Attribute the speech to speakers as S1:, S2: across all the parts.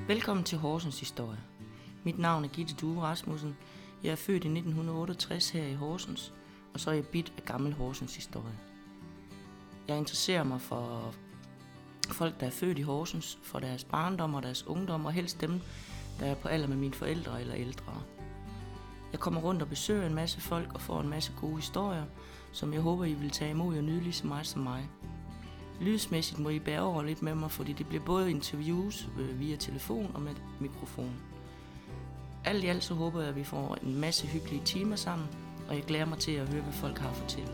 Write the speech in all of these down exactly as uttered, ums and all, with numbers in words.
S1: Velkommen til Horsens Historie. Mit navn er Gitte Due Rasmussen. Jeg er født i nitten otteogtres her i Horsens, og så er jeg bit af gammel Horsens historie. Jeg interesserer mig for folk, der er født i Horsens, for deres barndom og deres ungdom, og helst dem, der er på alder med mine forældre eller ældre. Jeg kommer rundt og besøger en masse folk og får en masse gode historier, som jeg håber, I vil tage imod og nyde lige så meget som mig. Lydsmæssigt må I bære over lidt med mig, fordi det bliver både interviews via telefon og med mikrofon. Alt i alt så håber jeg, at vi får en masse hyggelige timer sammen, og jeg glæder mig til at høre, hvad folk har at fortælle.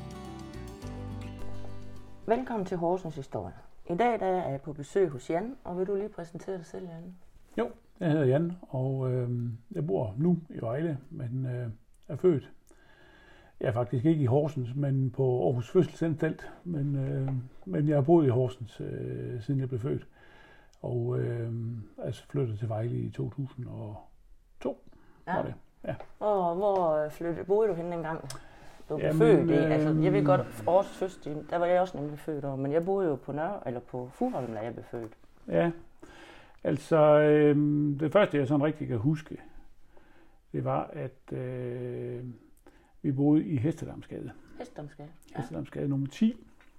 S1: Velkommen til Horsens Historie. I dag der er jeg på besøg hos Jan, og vil du lige præsentere dig selv, Jan?
S2: Jo, jeg hedder Jan, og øh, jeg bor nu i Vejle, men øh, er født. Jeg er faktisk ikke i Horsens, men på Aarhus Fødselsanstalt, men, øh, men jeg har boet i Horsens, øh, siden jeg blev født, og øh, altså flyttede til Vejle i to tusind og to.
S1: Ja.
S2: Var det. Ja.
S1: Og hvor flyttede, boede du henne dengang? Du blev
S2: Jamen,
S1: født i, altså jeg ved
S2: øh,
S1: godt, Aarhus Fødsel, der var jeg også nemlig født over, men jeg boede jo på Nørre, eller på Fuholm, da jeg blev født.
S2: Ja, altså øh, det første jeg sådan rigtig kan huske, det var at øh, vi boede i Hestedamsgade.
S1: Hestedamsgade?
S2: Ja. Hestedamsgade nummer ti.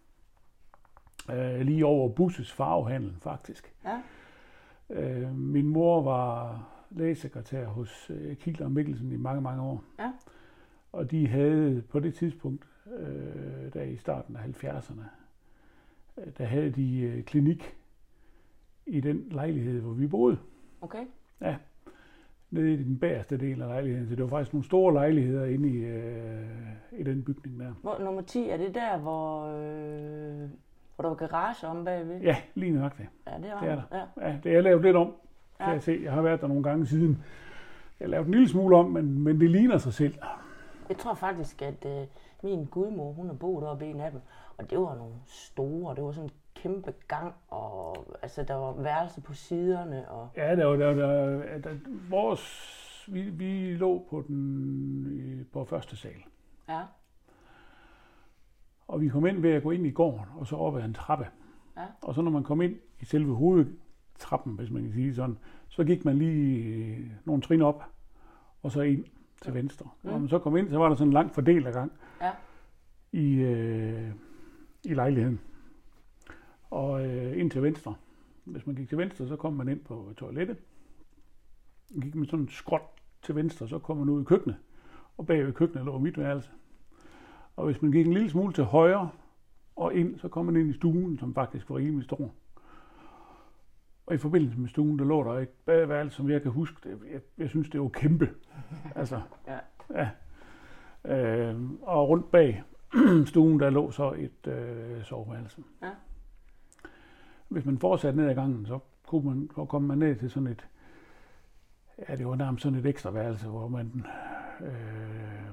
S2: Øh, lige over Busses farvehandel, faktisk.
S1: Ja.
S2: Øh, min mor var lægesekretær hos øh, Kiel og Mikkelsen i mange, mange år.
S1: Ja.
S2: Og de havde på det tidspunkt, øh, der i starten af halvfjerdserne, øh, der havde de øh, klinik i den lejlighed, hvor vi boede.
S1: Okay.
S2: Ja. Nede i den bagerste del af lejligheden. Så det var faktisk nogle store lejligheder inde i, øh, i den bygning der.
S1: Hvor, nummer ti, er det der, hvor, øh, hvor der var garage om bagved?
S2: Ja, lige nøjagtigt.
S1: Ja, det er,
S2: Det er der.
S1: Ja.
S2: Ja, det er jeg lavet lidt om, kan
S1: Ja.
S2: jeg se. Jeg har været der nogle gange siden. Jeg har lavet en lille smule om, men, men det ligner sig selv.
S1: Jeg tror faktisk, at øh, min gudmor, hun har boet oppe i en af dem, og det var nogle store, det var sådan en kæmpe gang, og altså der var værelse på siderne, og...
S2: Ja, der var der, der, der vores, vi, vi lå på den på første sal.
S1: Ja.
S2: Og vi kom ind ved at gå ind i gården, og så op ad en trappe.
S1: Ja.
S2: Og så når man kom ind i selve hovedtrappen, hvis man kan sige sådan, så gik man lige nogle trin op, og så ind til venstre. Mm. Når man så kom ind, så var der sådan en lang fordelergang
S1: Ja.
S2: i, øh, i lejligheden. Og øh, ind til venstre. Hvis man gik til venstre, så kom man ind på toilettet. Gik man sådan skråt til venstre, så kom man ud i køkkenet. Og bagved køkkenet lå mit værelse. Og hvis man gik en lille smule til højre og ind, så kom man ind i stuen, som faktisk var rimelig stor. Og i forbindelse med stuen, der lå der et badeværelse, som jeg kan huske. Det, jeg, jeg synes, det var kæmpe. Altså,
S1: Ja.
S2: ja. Øh, og rundt bag stuen, der lå så et øh, soveværelse.
S1: Ja.
S2: Hvis man fortsatte ned ad gangen, så kunne man, så kom man ned til sådan et, ja, det var nærmest sådan et ekstra værelse, hvor man, øh,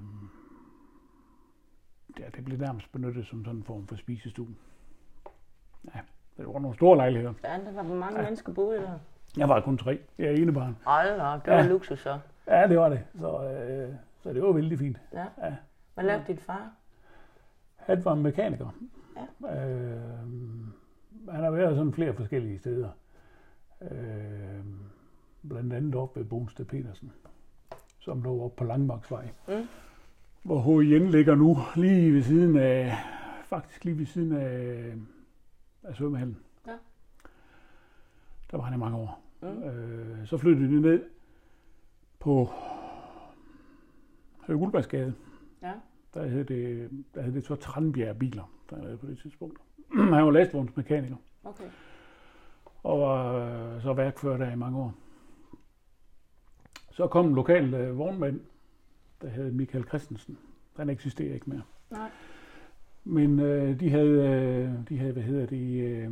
S2: ja, det blev nærmest benyttet som sådan en form for spisestue. Ja, det var nogle store lejligheder.
S1: Ja, der var mange
S2: Ja.
S1: mennesker boede der.
S2: Jeg var kun tre. Jeg er enebarn.
S1: Hold op, det var
S2: Ja.
S1: luksus så.
S2: Ja, det var det. Så, øh, så det var vældig fint.
S1: Ja.
S2: Ja.
S1: Hvad lavede din far?
S2: Han var mekaniker.
S1: Ja.
S2: Øh, han har været sådan flere forskellige steder. Øh, blandt andet oppe ved Bonsted Petersen, som lå oppe på Langmarksvej.
S1: Mm.
S2: Hvor H I N ligger nu, lige ved siden af, faktisk lige ved siden af, af svømmehallen.
S1: Ja.
S2: Der var han i mange år.
S1: Mm.
S2: Øh, så flyttede de ned på Høje Guldbergsgade.
S1: Ja.
S2: Der hed det, der hed det så Tranbjerg biler, der var på det tidspunkt. Han var lastvognsmekaniker.
S1: Okay.
S2: Og var øh, så værkfører der i mange år. Så kom en lokal øh, vognmand, der hed Michael Christensen. Han eksisterer ikke mere.
S1: Nej.
S2: Men øh, de havde, øh, de havde, hvad hedder det, øh,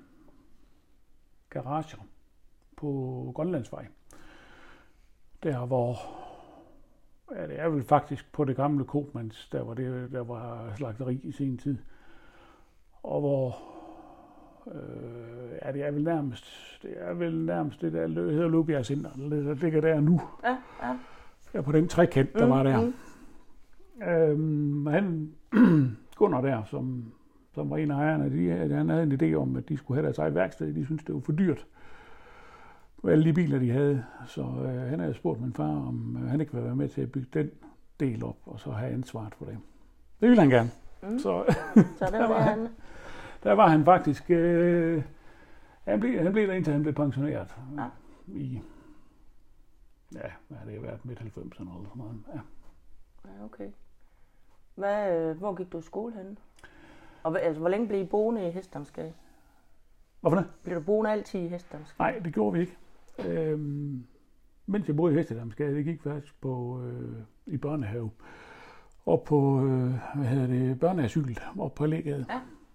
S2: garager på Grønlandsvej. Der hvor, ja, det er vel faktisk på det gamle Kopmans, der var det, der var slagteri i sin tid. Og hvor, øh, ja, det er vel nærmest, det er vel nærmest det der, det hedder Løbjerg Center, der ligger der nu.
S1: Ja, ja.
S2: Ja, på den trekant, der
S1: Mm,
S2: var der.
S1: mm.
S2: Øhm, han, Gunnar der, som, som var en af ejerne, de, han havde en idé om, at de skulle have deres eget værksted. De syntes, det var for dyrt. alle de biler, de havde. Så øh, han havde spurgt min far, om øh, han ikke ville være med til at bygge den del op, og så have ansvaret for det. Det ville han gerne.
S1: Mm.
S2: Så,
S1: så der, var han.
S2: Der var han faktisk... Øh, han, blev, han blev der indtil han blev pensioneret.
S1: Ja.
S2: I... Ja, hvad har det været? midt halvfemserne eller sådan noget. Ja.
S1: Ja, okay. Hvad, hvor gik du i skole henne? Og altså, hvor længe blev I boende i Hesthamsgade?
S2: Hvorfor det?
S1: Blev du boende altid i Hesthamsgade?
S2: Nej, det gjorde vi ikke. Øhm, mens jeg boede i Hesthamsgade, det gik faktisk på, øh, i børnehave. Og på, øh, hvad hedder det, børnehavecykel, op på Lægade.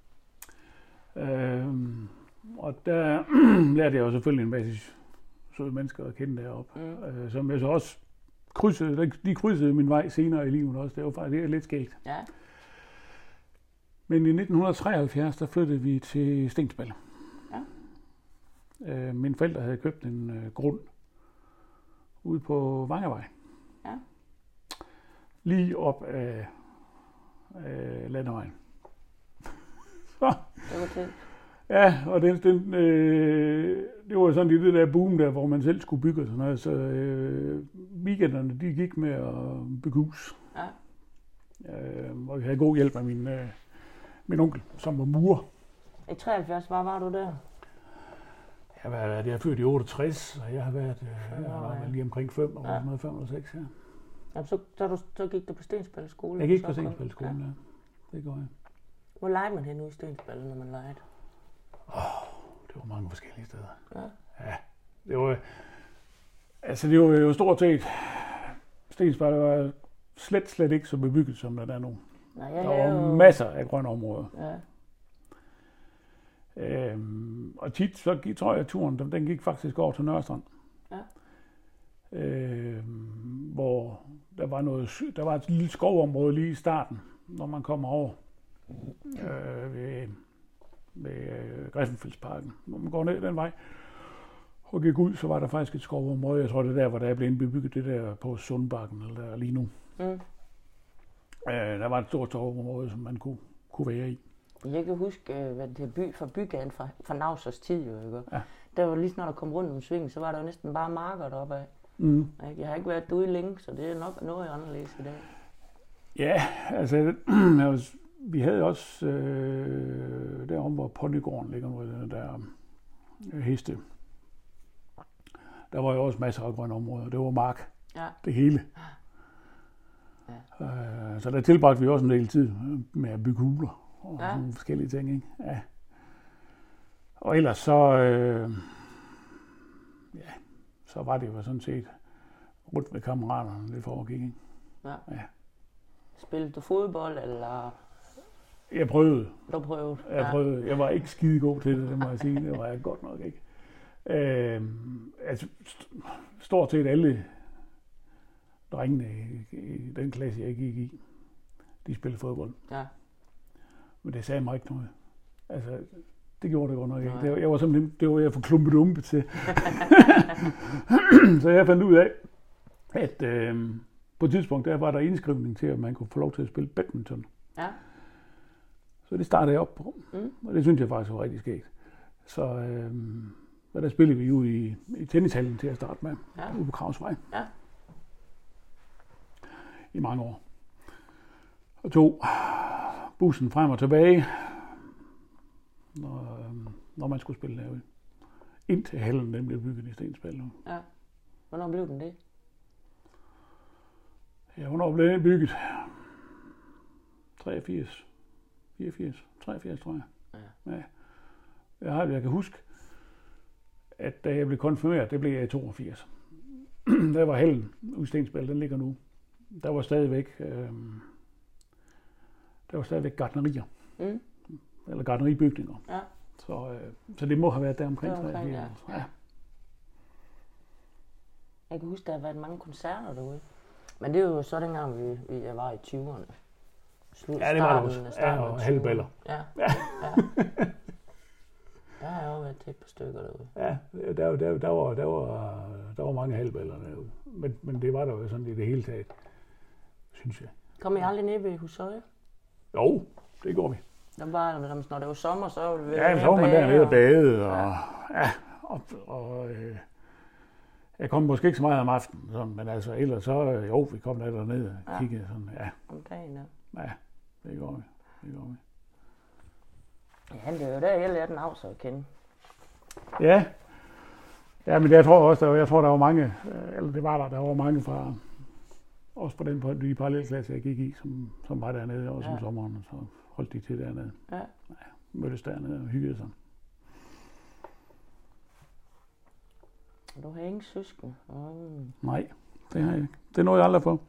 S2: Ja. Øhm, og der lærte jeg jo selvfølgelig en masse søde mennesker at kende deroppe. Mm. Øh, som jeg så også krydsede, de krydsede min vej senere i livet også. Det var faktisk det er lidt skægt.
S1: Ja.
S2: Men i nitten treoghalvfjerds, der flyttede vi til Stensballe.
S1: Ja.
S2: Øh, mine forældre havde købt en øh, grund ude på Vangevej.
S1: Ja.
S2: Lige op af, af landevejen. Så.
S1: Det var til.
S2: Ja, og den, den, øh, det var sådan lidt det der boom der, hvor man selv skulle bygge og sådan noget. Så øh, weekenderne, de gik med at bygge hus.
S1: Ja.
S2: Øh, og vi havde god hjælp af min, øh, min onkel, som var murer.
S1: I treoghalvfjerds, hvor var du der?
S2: Jeg har været, jeg er født i otteogtres, og jeg har været, øh, jeg har været lige omkring fem, og ja. Noget fem eller seks, ja.
S1: Ja, så, så, du, så gik du på Stensballe skole?
S2: Jeg gik på Stensballe skole, ja. ja. Det går jeg.
S1: Hvor legede man henne ude i Stensballe, når man legede?
S2: Åh, oh, det var mange forskellige steder.
S1: Ja.
S2: Ja, det var, altså det var jo stort set, Stensballe var slet, slet ikke så bebygget, som der er nu.
S1: Nej,
S2: der var jo masser af grønne områder.
S1: Ja.
S2: Øhm, og tit, så gik, tror jeg, at turen, den, den gik faktisk over til Nørrestrand.
S1: Ja.
S2: Øhm, hvor der var, noget, der var et lille skovområde lige i starten, når man kommer over øh, ved, ved øh, Griffenfeldsparken. Når man går ned den vej og gik ud, så var der faktisk et skovområde. Jeg tror, det er der, hvor der er blevet bebygget det der på Sundbakken, eller der lige nu. Mm. Øh, der var et stort skovområde, som man kunne, kunne være i.
S1: Jeg kan huske, hvad det er by, fra bygaden fra, fra Nausers tid, jo, ikke?
S2: Ja.
S1: Der var lige når der kom rundt om svingen, så var der jo næsten bare marker deroppe af.
S2: Mm.
S1: Jeg har ikke været derude længe, så det er nok noget anderledes i dag.
S2: Ja, altså, vi havde også øh, derom, hvor Ponygården ligger nu, den der øh, heste. Der var jo også masser af grønne områder. Det var mark. Ja. Det hele. Ja. Øh, så der tilbragte vi også en del tid med at bygge huler og ja. Sådan forskellige ting, ikke? Ja. Og ellers så, øh, ja, så var det jo sådan set rundt med kammeraterne, det foregik, ikke?
S1: Ja. Ja. Spillede du fodbold, eller?
S2: Jeg prøvede.
S1: Du prøvede?
S2: Jeg ja. prøvede. Jeg var ikke skide god til det, det må jeg sige. Det var jeg godt nok ikke. Øh, altså, st- stort set alle drengene i, i den klasse, jeg gik i, de spillede fodbold. Ja. Men det sagde mig ikke noget. Altså, det gjorde det godt nok ikke. Det var, jeg var simpelthen, det var jeg for klumpet umpe til. Så jeg fandt ud af, at øh, på et tidspunkt, der var der indskrivning til, at man kunne få lov til at spille badminton. Ja. Så det startede jeg op på, mm. og det synes jeg faktisk var rigtig skægt. Så øh, der spillede vi ude i, i tennishallen til at starte med, ja. Ude på Kravsvej. Ja. I mange år. Og tog bussen frem og tilbage, når, når man skulle spille derude. Indtil hallen den blev bygget i Stensballe.
S1: Ja. Hvornår blev den det?
S2: Ja, hvornår blev den bygget? treogfirs. fireogfirs. treogfirs, tror jeg. Ja. Ja. Jeg, har, jeg kan huske, at da jeg blev konfirmeret, det blev jeg i toogfirs. Der var hallen ude i Stensballe, den ligger nu. Der var stadigvæk, øh, der var stadigvæk gartnerier. Mm. Eller gartneribygninger. Ja. Så, øh, så det må have været der omkring.
S1: omkring ja. Ja. Jeg kan huske, der har været mange koncerter derude. Men det er jo så dengang, vi, vi jeg var i tyverne. Slut,
S2: ja, det var det også. Ja, og halvballer.
S1: Ja. Ja. Ja. Der har jeg jo været til et par stykker derude.
S2: Ja, der, der, der, der, var, der, var, der var mange halvballer derude. Men, men det var der jo sådan i det hele taget, synes jeg.
S1: Kom I aldrig ned ved Husøje?
S2: Jo, det går vi.
S1: Der var, når det var sommer, så var det
S2: ja, så var man dernede og badede, og, ja. Ja, og, og øh, Jeg kom måske ikke så meget om aftenen, sådan, men altså ellers så, jo, vi kom der derned og ja. kiggede sådan, ja.
S1: Om dagen, ja.
S2: Ja, det går vi. Det går vi.
S1: Ja, det er jo der, jeg lærte den af at kende.
S2: Ja. Ja, men jeg tror også, der var, jeg tror, der var mange, eller det var der, der var mange fra, også på den på de parallelklasse, jeg gik i, som, som var dernede også ja. om sommeren, og så holdt de til dernede. Ja. Ja, mødtes dernede og hyggede sig.
S1: Du har ingen søskende? Mm.
S2: Nej, det har jeg ikke. Det er noget, jeg aldrig får.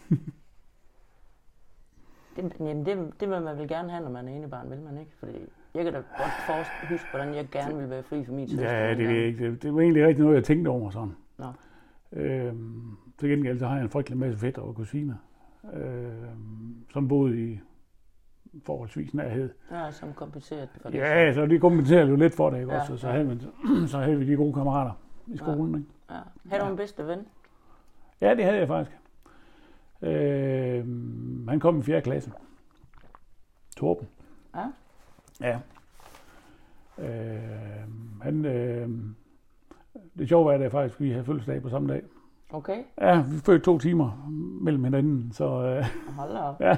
S1: det, jamen det, det vil man vel gerne have, når man er enebarn, vil man ikke? Fordi jeg kan da godt forstå, huske, hvordan jeg gerne vil være fri for min søster.
S2: Ja, det, det, det, det var egentlig rigtig noget, jeg tænkte over sådan.
S1: Nå.
S2: Øhm, til gengæld så har jeg en frygtelig masse fætter og kusiner, øhm, som boede i forholdsvis nærhed.
S1: Ja, som kompenseret for det.
S2: Ja, så de kompenserede jo lidt for det, ikke ja, også? Så, ja. havde man, så havde vi de gode kammerater i skolen,
S1: ja.
S2: ikke?
S1: Ja. Havde du en bedste ven?
S2: Ja, det havde jeg faktisk. Øh, han kom i fjerde klasse. Torben.
S1: Ja?
S2: Ja. Øh, han, øh, det sjove var, at jeg faktisk, vi havde fødselsdag på samme dag.
S1: Okay.
S2: Ja, vi fødte to timer mellem hinanden, så... Øh,
S1: Hold op.
S2: Ja.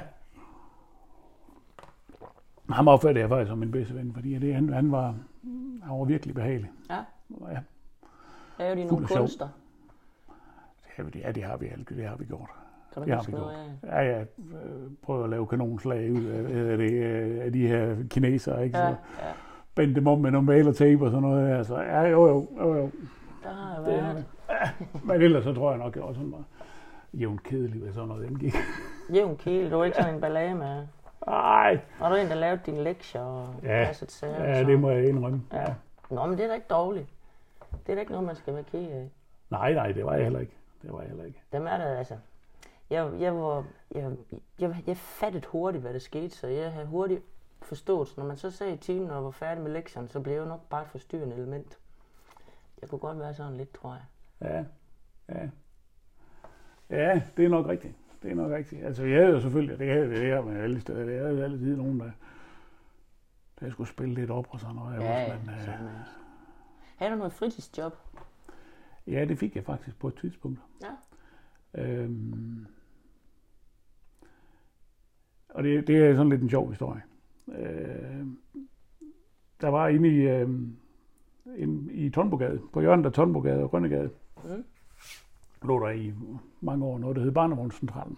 S2: Han opførte jeg faktisk som min bedste ven, fordi det, han, han, var, han var virkelig behagelig.
S1: Ja.
S2: Ja.
S1: Er jo de nogle kunster?
S2: Ja, det har vi alt, det har vi gjort.
S1: Kan du
S2: det har vi gjort. Ja, jeg prøvede at lave kanonslag ud af, af, det, af de her kinesere, ikke?
S1: Ja,
S2: så
S1: ja.
S2: Bendte dem om med nogle malertape og sådan noget der. Så ja, jo, jo, jo, jo.
S1: Der har jeg været.
S2: Ja, men ellers så tror jeg nok, jeg også sådan var jævnt kedelig, hvad sådan noget indgik.
S1: Jævnt kedelig? Du er ikke sådan en ballade med...
S2: Nej.
S1: Har du en, der lavede dine lektier og
S2: ja.
S1: passet sager?
S2: Ja, det må jeg indrømme.
S1: Ja. Nå, men det er da ikke dårligt. Det er da ikke noget, man skal være ked af.
S2: Nej, nej, det var jeg heller ikke. Det var jeg heller ikke.
S1: Dem er der altså. Jeg, jeg, var, jeg, jeg, jeg fattede hurtigt, hvad der skete, så jeg havde hurtigt forstået. Når man så sagde i timen og var færdig med lektierne, så blev jeg nok bare et forstyrrende element. Jeg kunne godt være sådan lidt, tror jeg.
S2: Ja, ja. Ja, det er nok rigtigt. Det er nok rigtigt. Altså, jeg havde jo selvfølgelig, det havde vi der med alle steder. Jeg havde jo altid nogen, der, der skulle spille lidt op og sådan noget.
S1: Ja,
S2: også, men,
S1: sådan øh, Havde du noget fritidsjob?
S2: Ja, det fik jeg faktisk på et tidspunkt.
S1: Ja.
S2: Øhm, og det, det er sådan lidt en sjov historie. Øh, der var inde i, øh, inde i Tonbogade, på hjørnet af Tonbogade og Grønnegade, mm. lå der i mange år noget, der hed Barnevognscentralen.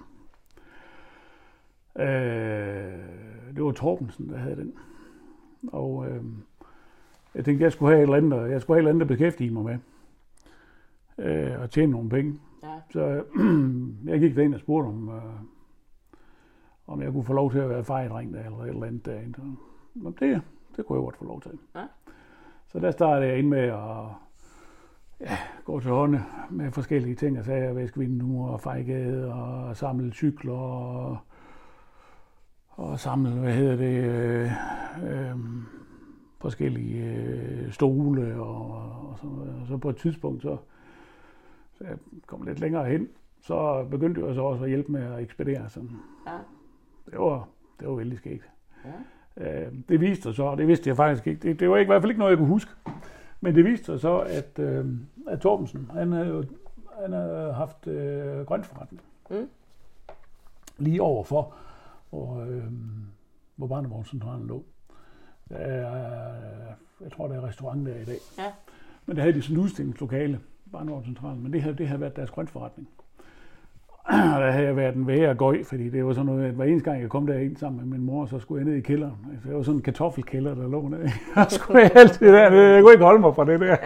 S2: Øh, det var Torbensen, der havde den. Og øh, jeg tænkte, jeg skulle have et eller andet, jeg skulle have et eller andet at beskæftige mig med. Øh, og tjene nogle penge.
S1: Ja.
S2: Så øh, jeg gik derind og spurgte, om, øh, om jeg kunne få lov til at være fejedreng der, eller et eller andet derinde. Og det, det kunne jeg godt få lov til.
S1: Ja.
S2: Så der startede jeg ind med at ja, gå til hånde med forskellige ting. Jeg sagde, at vaske vinduer og fejgade og samle cykler og, og samle, hvad hedder det, øh, øh, forskellige øh, stole og, og sådan noget. Og så på et tidspunkt, så, så jeg kom lidt længere hen, så begyndte jeg så også at hjælpe med at ekspedere sådan.
S1: Ja. Det
S2: var, det var vældig skægt.
S1: Ja.
S2: Øh, det viste sig så, og det vidste jeg faktisk ikke, det, det var ikke, i hvert fald ikke noget, jeg kunne huske. Men det viste sig så, at, øh, at Torbensen, han havde jo han havde haft øh, grøntforretning. Mm. Lige overfor, hvor, øh, hvor Barnevognscentralen lå. Der er, jeg tror, der er restaurant der i dag.
S1: Ja.
S2: Men der havde de sådan en udstillingslokale, Barnevognscentralen, men det havde, det havde været deres grøntforretning. Og der havde jeg været en være og gøj, fordi det var sådan noget, at hver eneste gang jeg kom derind sammen med min mor, så skulle jeg ned i kælderen. Altså, det var sådan en kartoffelkælder, der lå nede. Og skulle jeg altid der. Jeg kunne ikke holde mig fra det der.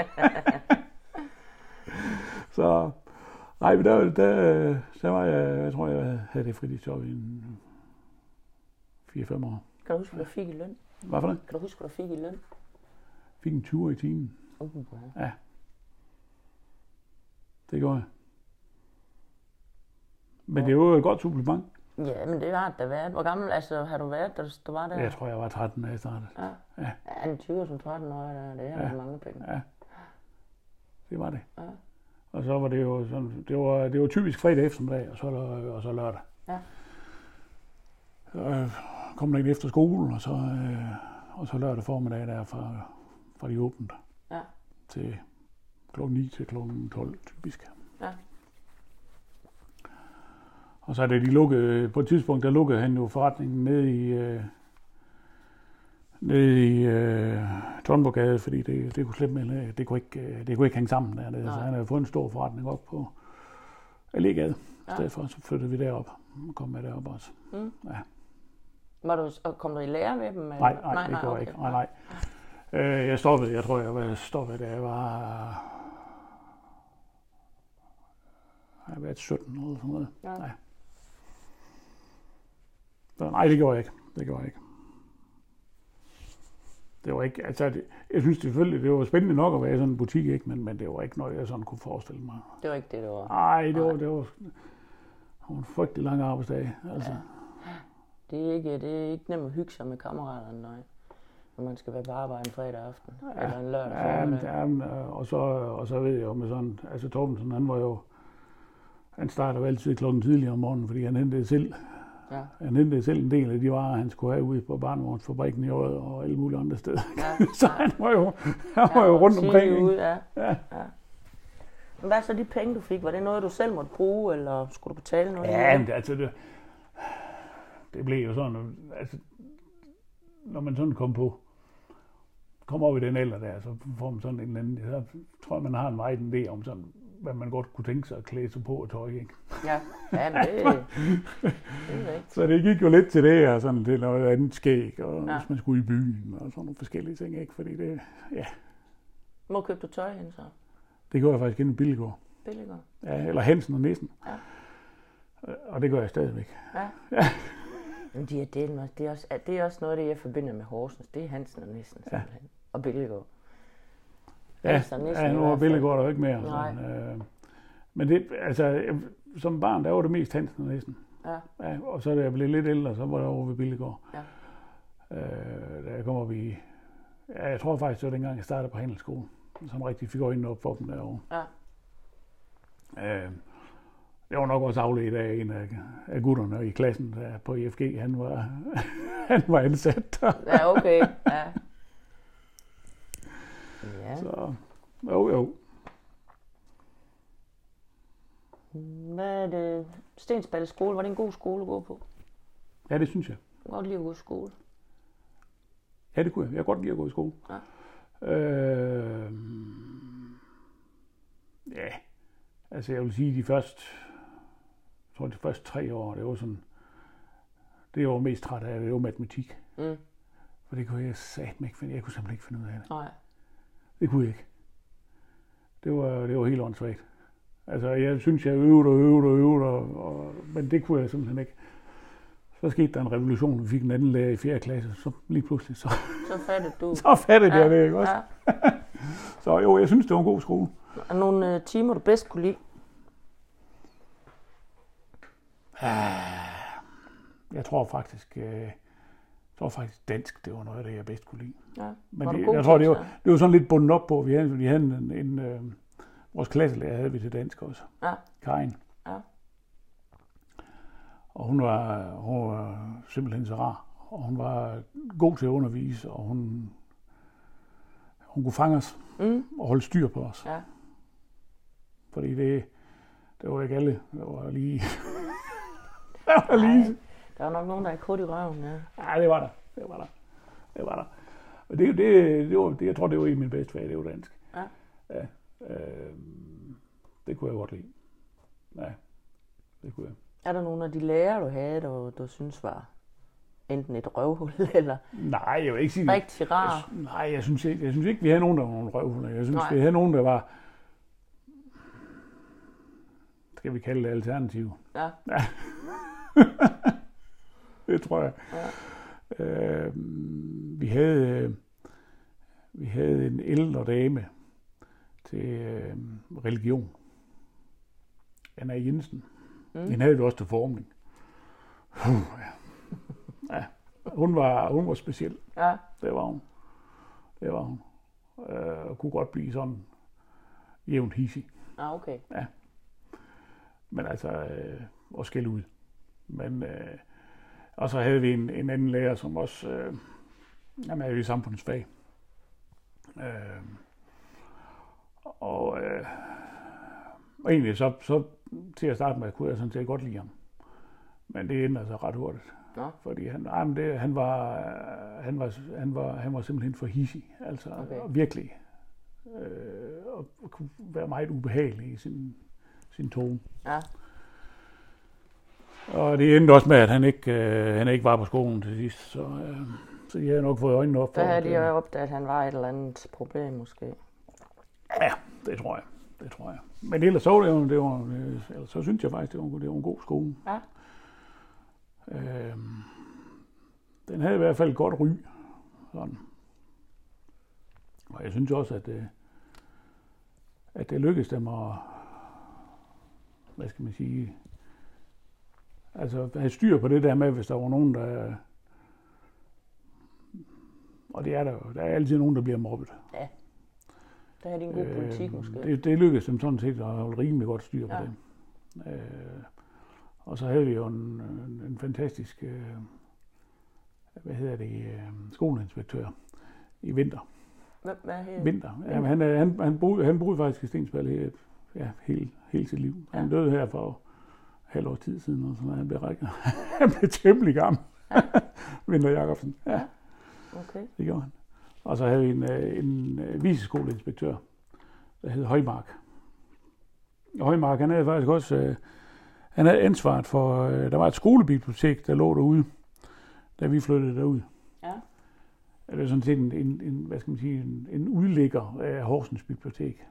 S2: Så, nej, men der, der, der var jeg, jeg tror, jeg havde det fritidsjob i en fire fem år.
S1: Kan du huske, hvad du fik i løn?
S2: Hvad for det?
S1: Kan du huske, hvad du fik i løn?
S2: Fik en tyver i timen.
S1: Uh,
S2: ja. Det gjorde jeg. Men det er jo et godt supplement.
S1: Ja, men det har det da været. Hvor gammel altså, har du været, da du var der?
S2: Jeg tror, jeg var tretten, da jeg startede.
S1: Ja. Ja. Ja, en tyver som tretten-årig, det er ja. mange penge.
S2: Ja, det var det.
S1: Ja.
S2: Og så var det jo sådan, det var, det var typisk fredag eftermiddag, og så, og så lørdag.
S1: Ja.
S2: Så kom der ind efter skole, og så, og så lørdag formiddag der fra, fra de åbente
S1: ja.
S2: til klokken ni til klokken tolv typisk.
S1: Ja.
S2: Og så er det de lukkede, på et tidspunkt, der lukkede han jo forretningen nede i, øh, nede i øh, Tornborggade, fordi det, det kunne slet med, det kunne ikke, det kunne ikke hænge sammen dernede. Så han havde fået en stor forretning op på Allégade. I stedet for, så flyttede vi derop og kom med derop også.
S1: Mm.
S2: Ja.
S1: Var du, og kom du i lære med dem?
S2: Nej, nej, nej, det
S1: nej,
S2: gjorde
S1: okay.
S2: jeg ikke. Nej, nej. Øh, jeg stoppede, jeg tror, jeg var stoppet, da jeg var... Jeg har været sytten eller sådan noget. Ja. Nej. Så, nej, det gjorde jeg ikke. Det gjorde jeg ikke. Det var ikke, altså, det, jeg synes selvfølgelig, det var spændende nok at være i sådan en butik, ikke? Men, men det var ikke noget, jeg sådan kunne forestille mig.
S1: Det var ikke det, det var?
S2: Nej, det var, det var, det var en frygtelig lang arbejdsdag, altså.
S1: Ja. Det er ikke, det er ikke nemt at hygge sig med kammeraterne, nej. Når man skal være på arbejde en fredag aften, ja, eller en lørdag formiddag.
S2: Ja, ja, og så, og så ved jeg jo med sådan, altså Torbensen, han var jo, han startede jo altid klokken tidligere om morgenen, fordi han hentede selv, ja. han hentede selv en del af de varer, han skulle have ude på barnevognsfabrikken i Odder og alle mulige andre steder. Ja, så ja. han var jo, han var ja, jo rundt omkring.
S1: Ude, ja. Ja. Ja. Men hvad så de penge, du fik? Var det noget, du selv måtte bruge, eller skulle du betale noget?
S2: Ja, men det, altså det, det blev jo sådan, altså, når man sådan kom på, kom op i den alder der, så får man sådan en eller anden, så tror jeg, man har en meget en idé om sådan, hvad man godt kunne tænke sig at klæde sig på og tøj, ikke?
S1: Ja, ja, men det, det er rigtigt.
S2: Så det gik jo lidt til det, og sådan til noget andet skæg, og
S1: ja.
S2: hvis man skulle i byen, og sådan nogle forskellige ting, ikke? Fordi det, ja.
S1: Hvor købte du tøj hen så?
S2: Det gjorde jeg faktisk inden i Billegård.
S1: Billegård?
S2: Ja, eller Hansen og Nissen.
S1: Ja.
S2: Og det gør jeg stadigvæk.
S1: Ja.
S2: Ja.
S1: Men det er, det, er, det, er også, det er også noget, det jeg forbinder med Horsens. Det er Hansen og Nissen simpelthen. Ja. Og Billegård.
S2: Ja, ja, nu er Billegård der jo ikke mere.
S1: Nej.
S2: Sådan, øh, men det, altså, som barn, der var det mest Hansen og Nissen.
S1: Ja.
S2: Ja. Og så da jeg blev lidt ældre, så var der over ved Billegård.
S1: Ja.
S2: Øh, da jeg kom op i, ja, jeg tror faktisk, det var dengang, jeg startede på handelsskolen, som rigtig fik øjnene op for dem derovre. Ja. Øh, Jeg var nok også afledt af en af, af gutterne i klassen der på I F G. Han var, han var ansat der.
S1: Ja, okay. Ja. Ja.
S2: Så, jo, jo.
S1: Hvad er det? Stensballe skole, var det en god skole at gå på?
S2: Ja, det synes jeg.
S1: Du godt lide at gå i skole?
S2: Ja, det kunne jeg. Jeg kan godt lide at gå i skole. Ja. Øh, ja, altså jeg vil sige, de første, jeg tror de første tre år, det var sådan, det jeg var mest træt af, det var matematik. Mm. For det kunne jeg satme ikke finde. Jeg kunne simpelthen ikke finde ud af det.
S1: Nej.
S2: Det kunne jeg ikke. Det var, det var helt åndssvagt. Altså, jeg synes, jeg øvede og øvede og øvede, og, og, men det kunne jeg simpelthen ikke. Så skete der en revolution, vi fik en anden lærer i fjerde klasse, så lige pludselig, så...
S1: Så fattede du...
S2: så fattede
S1: ja,
S2: jeg det, ikke også? Ja. Så jo, jeg synes, det var en god skole.
S1: Er nogle uh, timer, du bedst kunne lide?
S2: Jeg tror faktisk... Jeg tror faktisk, dansk, det var noget af det, jeg bedst kunne lide.
S1: Ja.
S2: Men det, jeg tror, det var, det var sådan lidt bundet op på, vi havde, vi havde en... en øh, vores klasselærer havde vi til dansk også. Ja. Karin. Ja. Og hun var, hun var simpelthen så rar. Og hun var god til at undervise, og hun, hun kunne fange os mm. og holde styr på os. Ja. Fordi det, det var ikke alle, det var lige... det var lige...
S1: Der var nok nogen, der er krudt i røven, ja.
S2: Ja, det var der. Det var der. Det var der. Og det, det, det, var, det, jeg tror, det var i min bedste fag, det var dansk. Ja. Ja. Øh, det kunne jeg godt lide. Ja, det kunne jeg.
S1: Er der nogle af de lærere, du havde, du, du synes var enten et røvhul, eller
S2: nej, jeg vil ikke sige
S1: rigtig rar?
S2: Jeg, nej, jeg synes, ikke, jeg synes ikke, vi havde nogen, der var nogle røvhuller. Jeg synes, nej. Vi havde nogen, der var, skal vi kalde det alternativ. Ja. Ja. Det tror jeg. Ja. Øh, vi havde vi havde en ældre dame til øh, religion. Anna Jensen. Mm. Den havde vi også til formning. Uh, ja. Ja. Hun var hun var speciel. Ja. Det var hun. Det var hun. Øh, og kunne godt blive sådan jævnt hissig.
S1: Ah, okay.
S2: Ja. Men altså øh, og skælde ud. Men øh, og så havde vi en, en anden lærer, som også øh, jamen, er i samfundsfag. Øh, og Og egentlig så, så til at starte med, kunne jeg sådan set godt lide ham. Men det ændrede sig ret hurtigt.
S3: Ja.
S2: Fordi han, ej, men det, han, var, han, var, han, var, han var simpelthen for hissig. Altså
S3: Okay.
S2: virkelig. Øh, og kunne være meget ubehagelig i sin, sin tone.
S3: Ja.
S2: Og det endte også med, at han ikke, øh, han ikke var på skolen til sidst. Så, øh, så jeg har nok fået øjnene op for.
S3: Der havde de
S2: at,
S3: jo opdaget, at han var et eller andet problem måske.
S2: Ja, det tror jeg. Det tror jeg. Men ellers så, det var, det var, øh, ellers så synes jeg faktisk, det var, det var en god skole.
S3: Ja.
S2: Øh, den havde i hvert fald et godt ry. Sådan. Og jeg synes også, at det, at det lykkedes dem at, hvad skal man sige, altså have styr på det der med, hvis der var nogen, der, og det er der jo, der er altid nogen, der bliver mobbet.
S3: Ja. Der er de en god politik
S2: øh,
S3: måske.
S2: Det, det lykkedes dem sådan set at holde rimelig godt styr på
S3: Ja.
S2: det. Øh, og så havde vi jo en, en, en fantastisk, øh, hvad hedder det, øh, skoleinspektør i vinter.
S3: Hvad, hvad hedder
S2: Vinter. Ja, han, er- han, han, boede, han boede faktisk i Stensballe hele, ja, hele, hele sit liv. Han
S3: Ja.
S2: døde her for halv års tid siden, og så han blev, rækket. Han blev temmelig gammel.
S3: Ja.
S2: Vinter Jacobsen. Ja,
S3: Okay.
S2: det gjorde han. Og så havde vi en, øh, en øh, viseskoleinspektør, der hed Højmark. Og Højmark, han havde faktisk også, øh, han havde ansvaret for, øh, der var et skolebibliotek, der lå derude, da vi flyttede derud.
S3: Ja.
S2: Det er sådan set en, en, en, hvad skal man sige, en, en udligger af Horsens Bibliotek.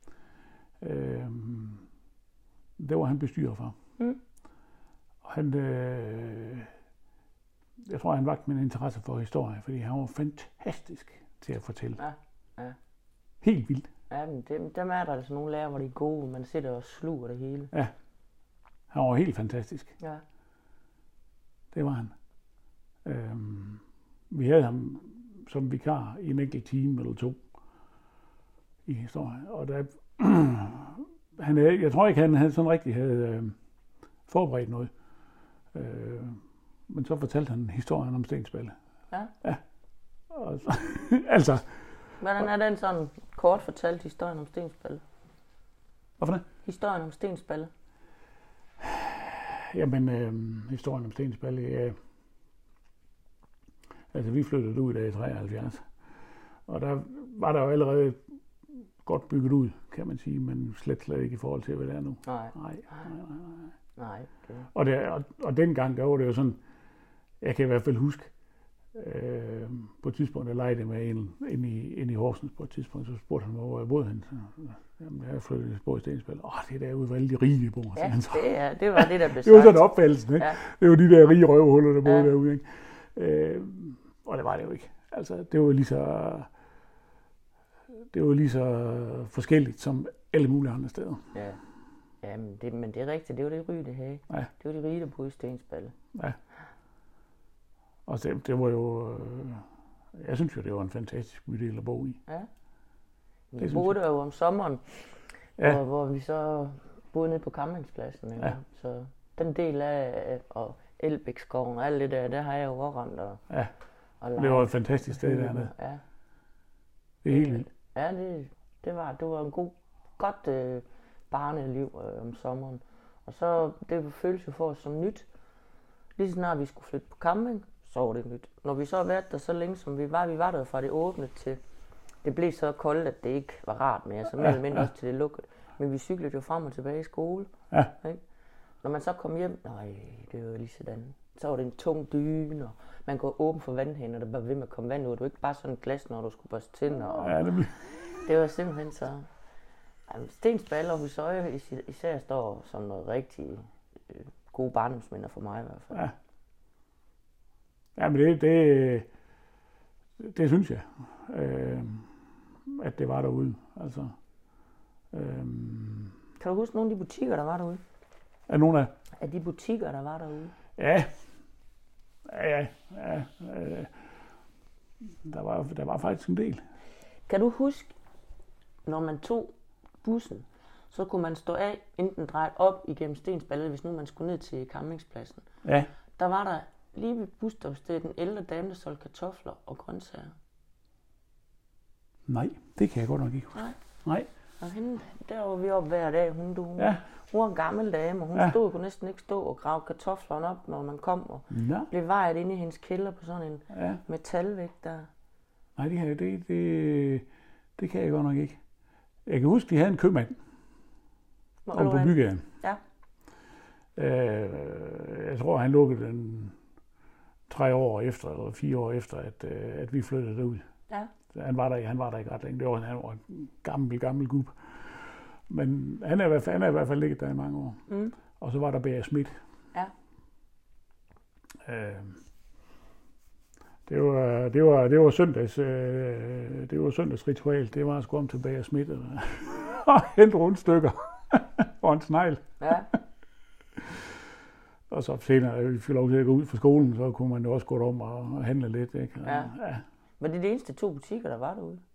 S2: Øhm, det var han bestyrer for.
S3: Mm.
S2: Og han, øh, jeg tror, han vagte min interesse for historie, fordi han var fantastisk til at fortælle.
S3: Ja, ja.
S2: Helt vildt.
S3: Ja, men dem, dem er der altså nogle lærer, hvor de er gode. Man sidder og sluger det hele.
S2: Han var helt fantastisk.
S3: Ja.
S2: Det var han. Øhm, vi havde ham som vikar i en enkelt time eller to i historie. Og der, han havde, jeg tror ikke, han havde sådan rigtig havde øh, forberedt noget. Øh, men så fortalte han historien om Stensballe.
S3: Ja.
S2: Ja. Og, så- altså,
S3: Hvordan er den sådan kort fortalt historien om Stensballe?
S2: hvorfor det?
S3: Historien om Stensballe?
S2: Jamen, øh, historien om Stensballe, ja. Altså, vi flyttede ud i treoghalvfjerds. Og der var der jo allerede godt bygget ud, kan man sige, men slet slet ikke i forhold til, hvad det er nu.
S3: Nej.
S2: Nej, nej, nej, nej.
S3: Nej. Det...
S2: Og, det, og, og dengang, der var det jo sådan, jeg kan i hvert fald huske, øh, på et tidspunkt, jeg legede med en ind i, ind i Horsens på et tidspunkt, så spurgte han mig, hvor jeg boede hen. Så, jamen, jeg flyttede på i Stensballe. Åh, det er derude, hvor alle de rige bor.
S3: Ja,
S2: han så.
S3: det, er, det var det, der blev
S2: Det var sådan
S3: sagt.
S2: opfattelsen, ikke?
S3: Ja.
S2: Det var de der rige røvhuller, der boede
S3: Ja.
S2: derude, ikke? Øh, og det var det jo ikke. Altså, det var lige så, det var lige så forskelligt som alle mulige andre steder.
S3: Ja. Ja, men det, men det er rigtigt. Det var det rige, det havde.
S2: Ja.
S3: Det var de rige, der boede i Stensballe.
S2: Ja. Og det, det var jo, øh, jeg synes jo, det var en fantastisk bydel at bo i.
S3: Ja. Vi
S2: synes
S3: boede der jo om sommeren,
S2: Ja.
S3: hvor, hvor vi så boede nede på campingspladsen. Ikke?
S2: Ja.
S3: Så den del af, og Elbækskoven og alt det der, der har jeg jo overrendt og,
S2: Ja,
S3: og
S2: det var et fantastisk sted dernede.
S3: Ja,
S2: Det er helt vildt.
S3: ja det, det, var, det var en god, godt øh, barneliv øh, om sommeren. Og så, det føltes jo for os som nyt. Lige så snart vi skulle flytte på camping, så var det nyt. Når vi så har været der så længe, som vi var, vi var der fra det åbne til, det blev så koldt, at det ikke var rart mere, så mere eller mindre
S2: ja.
S3: også til det lukkede. Men vi cyklede jo frem og tilbage i skole.
S2: Ja.
S3: Ikke? Når man så kom hjem, nej, det var jo lige sådan. Så var det en tung dyne, og man går åben for vandhænden, og der var ved med at komme vand ud. Det var ikke bare sådan et glas, når du skulle børste tænder. Og
S2: Ja, det blev...
S3: det var simpelthen så... Jamen, Stensballe og Husøje is- især står som noget rigtig øh, gode barndomsminder for mig i hvert fald.
S2: Ja. Ja, men det, det, det synes jeg, øh, at det var derude. Altså, øh,
S3: Kan du huske nogle af de butikker, der var derude?
S2: er nogen af...
S3: Af de butikker, der var derude?
S2: Ja, ja, ja, ja øh, der, var, der var faktisk en del.
S3: Kan du huske, når man tog bussen, så kunne man stå af, enten drejet op igennem Stensballe, hvis nu man skulle ned til campingspladsen.
S2: Ja,
S3: Der var der lige ved busstoppestedet en ældre dame, der solgte kartofler og grøntsager.
S2: nej, det kan jeg godt nok ikke huske.
S3: Nej.
S2: Nej.
S3: Og hende, der var vi oppe hver dag. Hun, du,
S2: Ja.
S3: hun var en gammel dame, og hun
S2: Ja.
S3: stod, kunne næsten ikke stå og grave kartoflerne op, når man kom, og
S2: Ja.
S3: blev vejet inde i hendes kælder på sådan en
S2: Ja.
S3: metalvægt der.
S2: Nej, det, her, det, det, det kan jeg godt nok ikke. Jeg kan huske, de havde en købmand
S3: Hvor
S2: om
S3: lå
S2: på
S3: den?
S2: Bygaden.
S3: Ja.
S2: Øh, jeg tror, han lukkede den tre år efter, eller fire år efter, at, øh, at vi flyttede derud.
S3: Ja.
S2: Så han var der, han var der ikke ret længe. Det var, han var en gammel, gammel gub. Men han er, i hvert fald, han er i hvert fald ligget der i mange år.
S3: Mm.
S2: Og så var der B A. Schmidt.
S3: Ja.
S2: Øh, det var, det var, det var søndags, øh, det var søndagsritual. Det var at gå om til B A. Schmidt og, og hente rundstykker og en snegl.
S3: Ja.
S2: Og så senere, da vi fik lov til at gå ud fra skolen, så kunne man jo også gå om og handle lidt. Ikke? Og,
S3: Ja.
S2: ja.
S3: Var det de eneste to butikker, der var derude?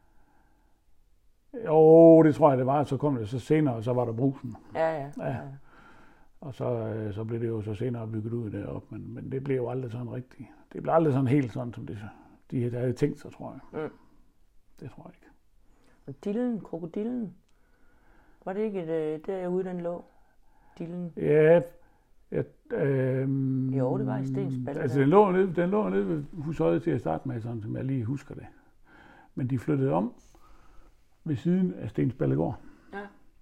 S2: Jo, det tror jeg, det var. Så kom det så senere, og så var der Brugsen.
S3: Ja, ja.
S2: Ja. Og så, øh, så blev det jo så senere bygget ud deroppe, men, men det blev jo aldrig sådan rigtigt. Det blev aldrig sådan helt sådan, som det, de havde tænkt sig, tror jeg.
S3: Mm.
S2: Det tror jeg ikke.
S3: Og Dillen, krokodillen, var det ikke et, derude, den lå? Dillen?
S2: Ja, ja øh,
S3: Jo, det var i Stensballe.
S2: Altså, den lå nede, den lå nede ved Husøje til at starte med, sådan som jeg lige husker det. Men de flyttede om ved siden af Stensballegård.
S3: Ja.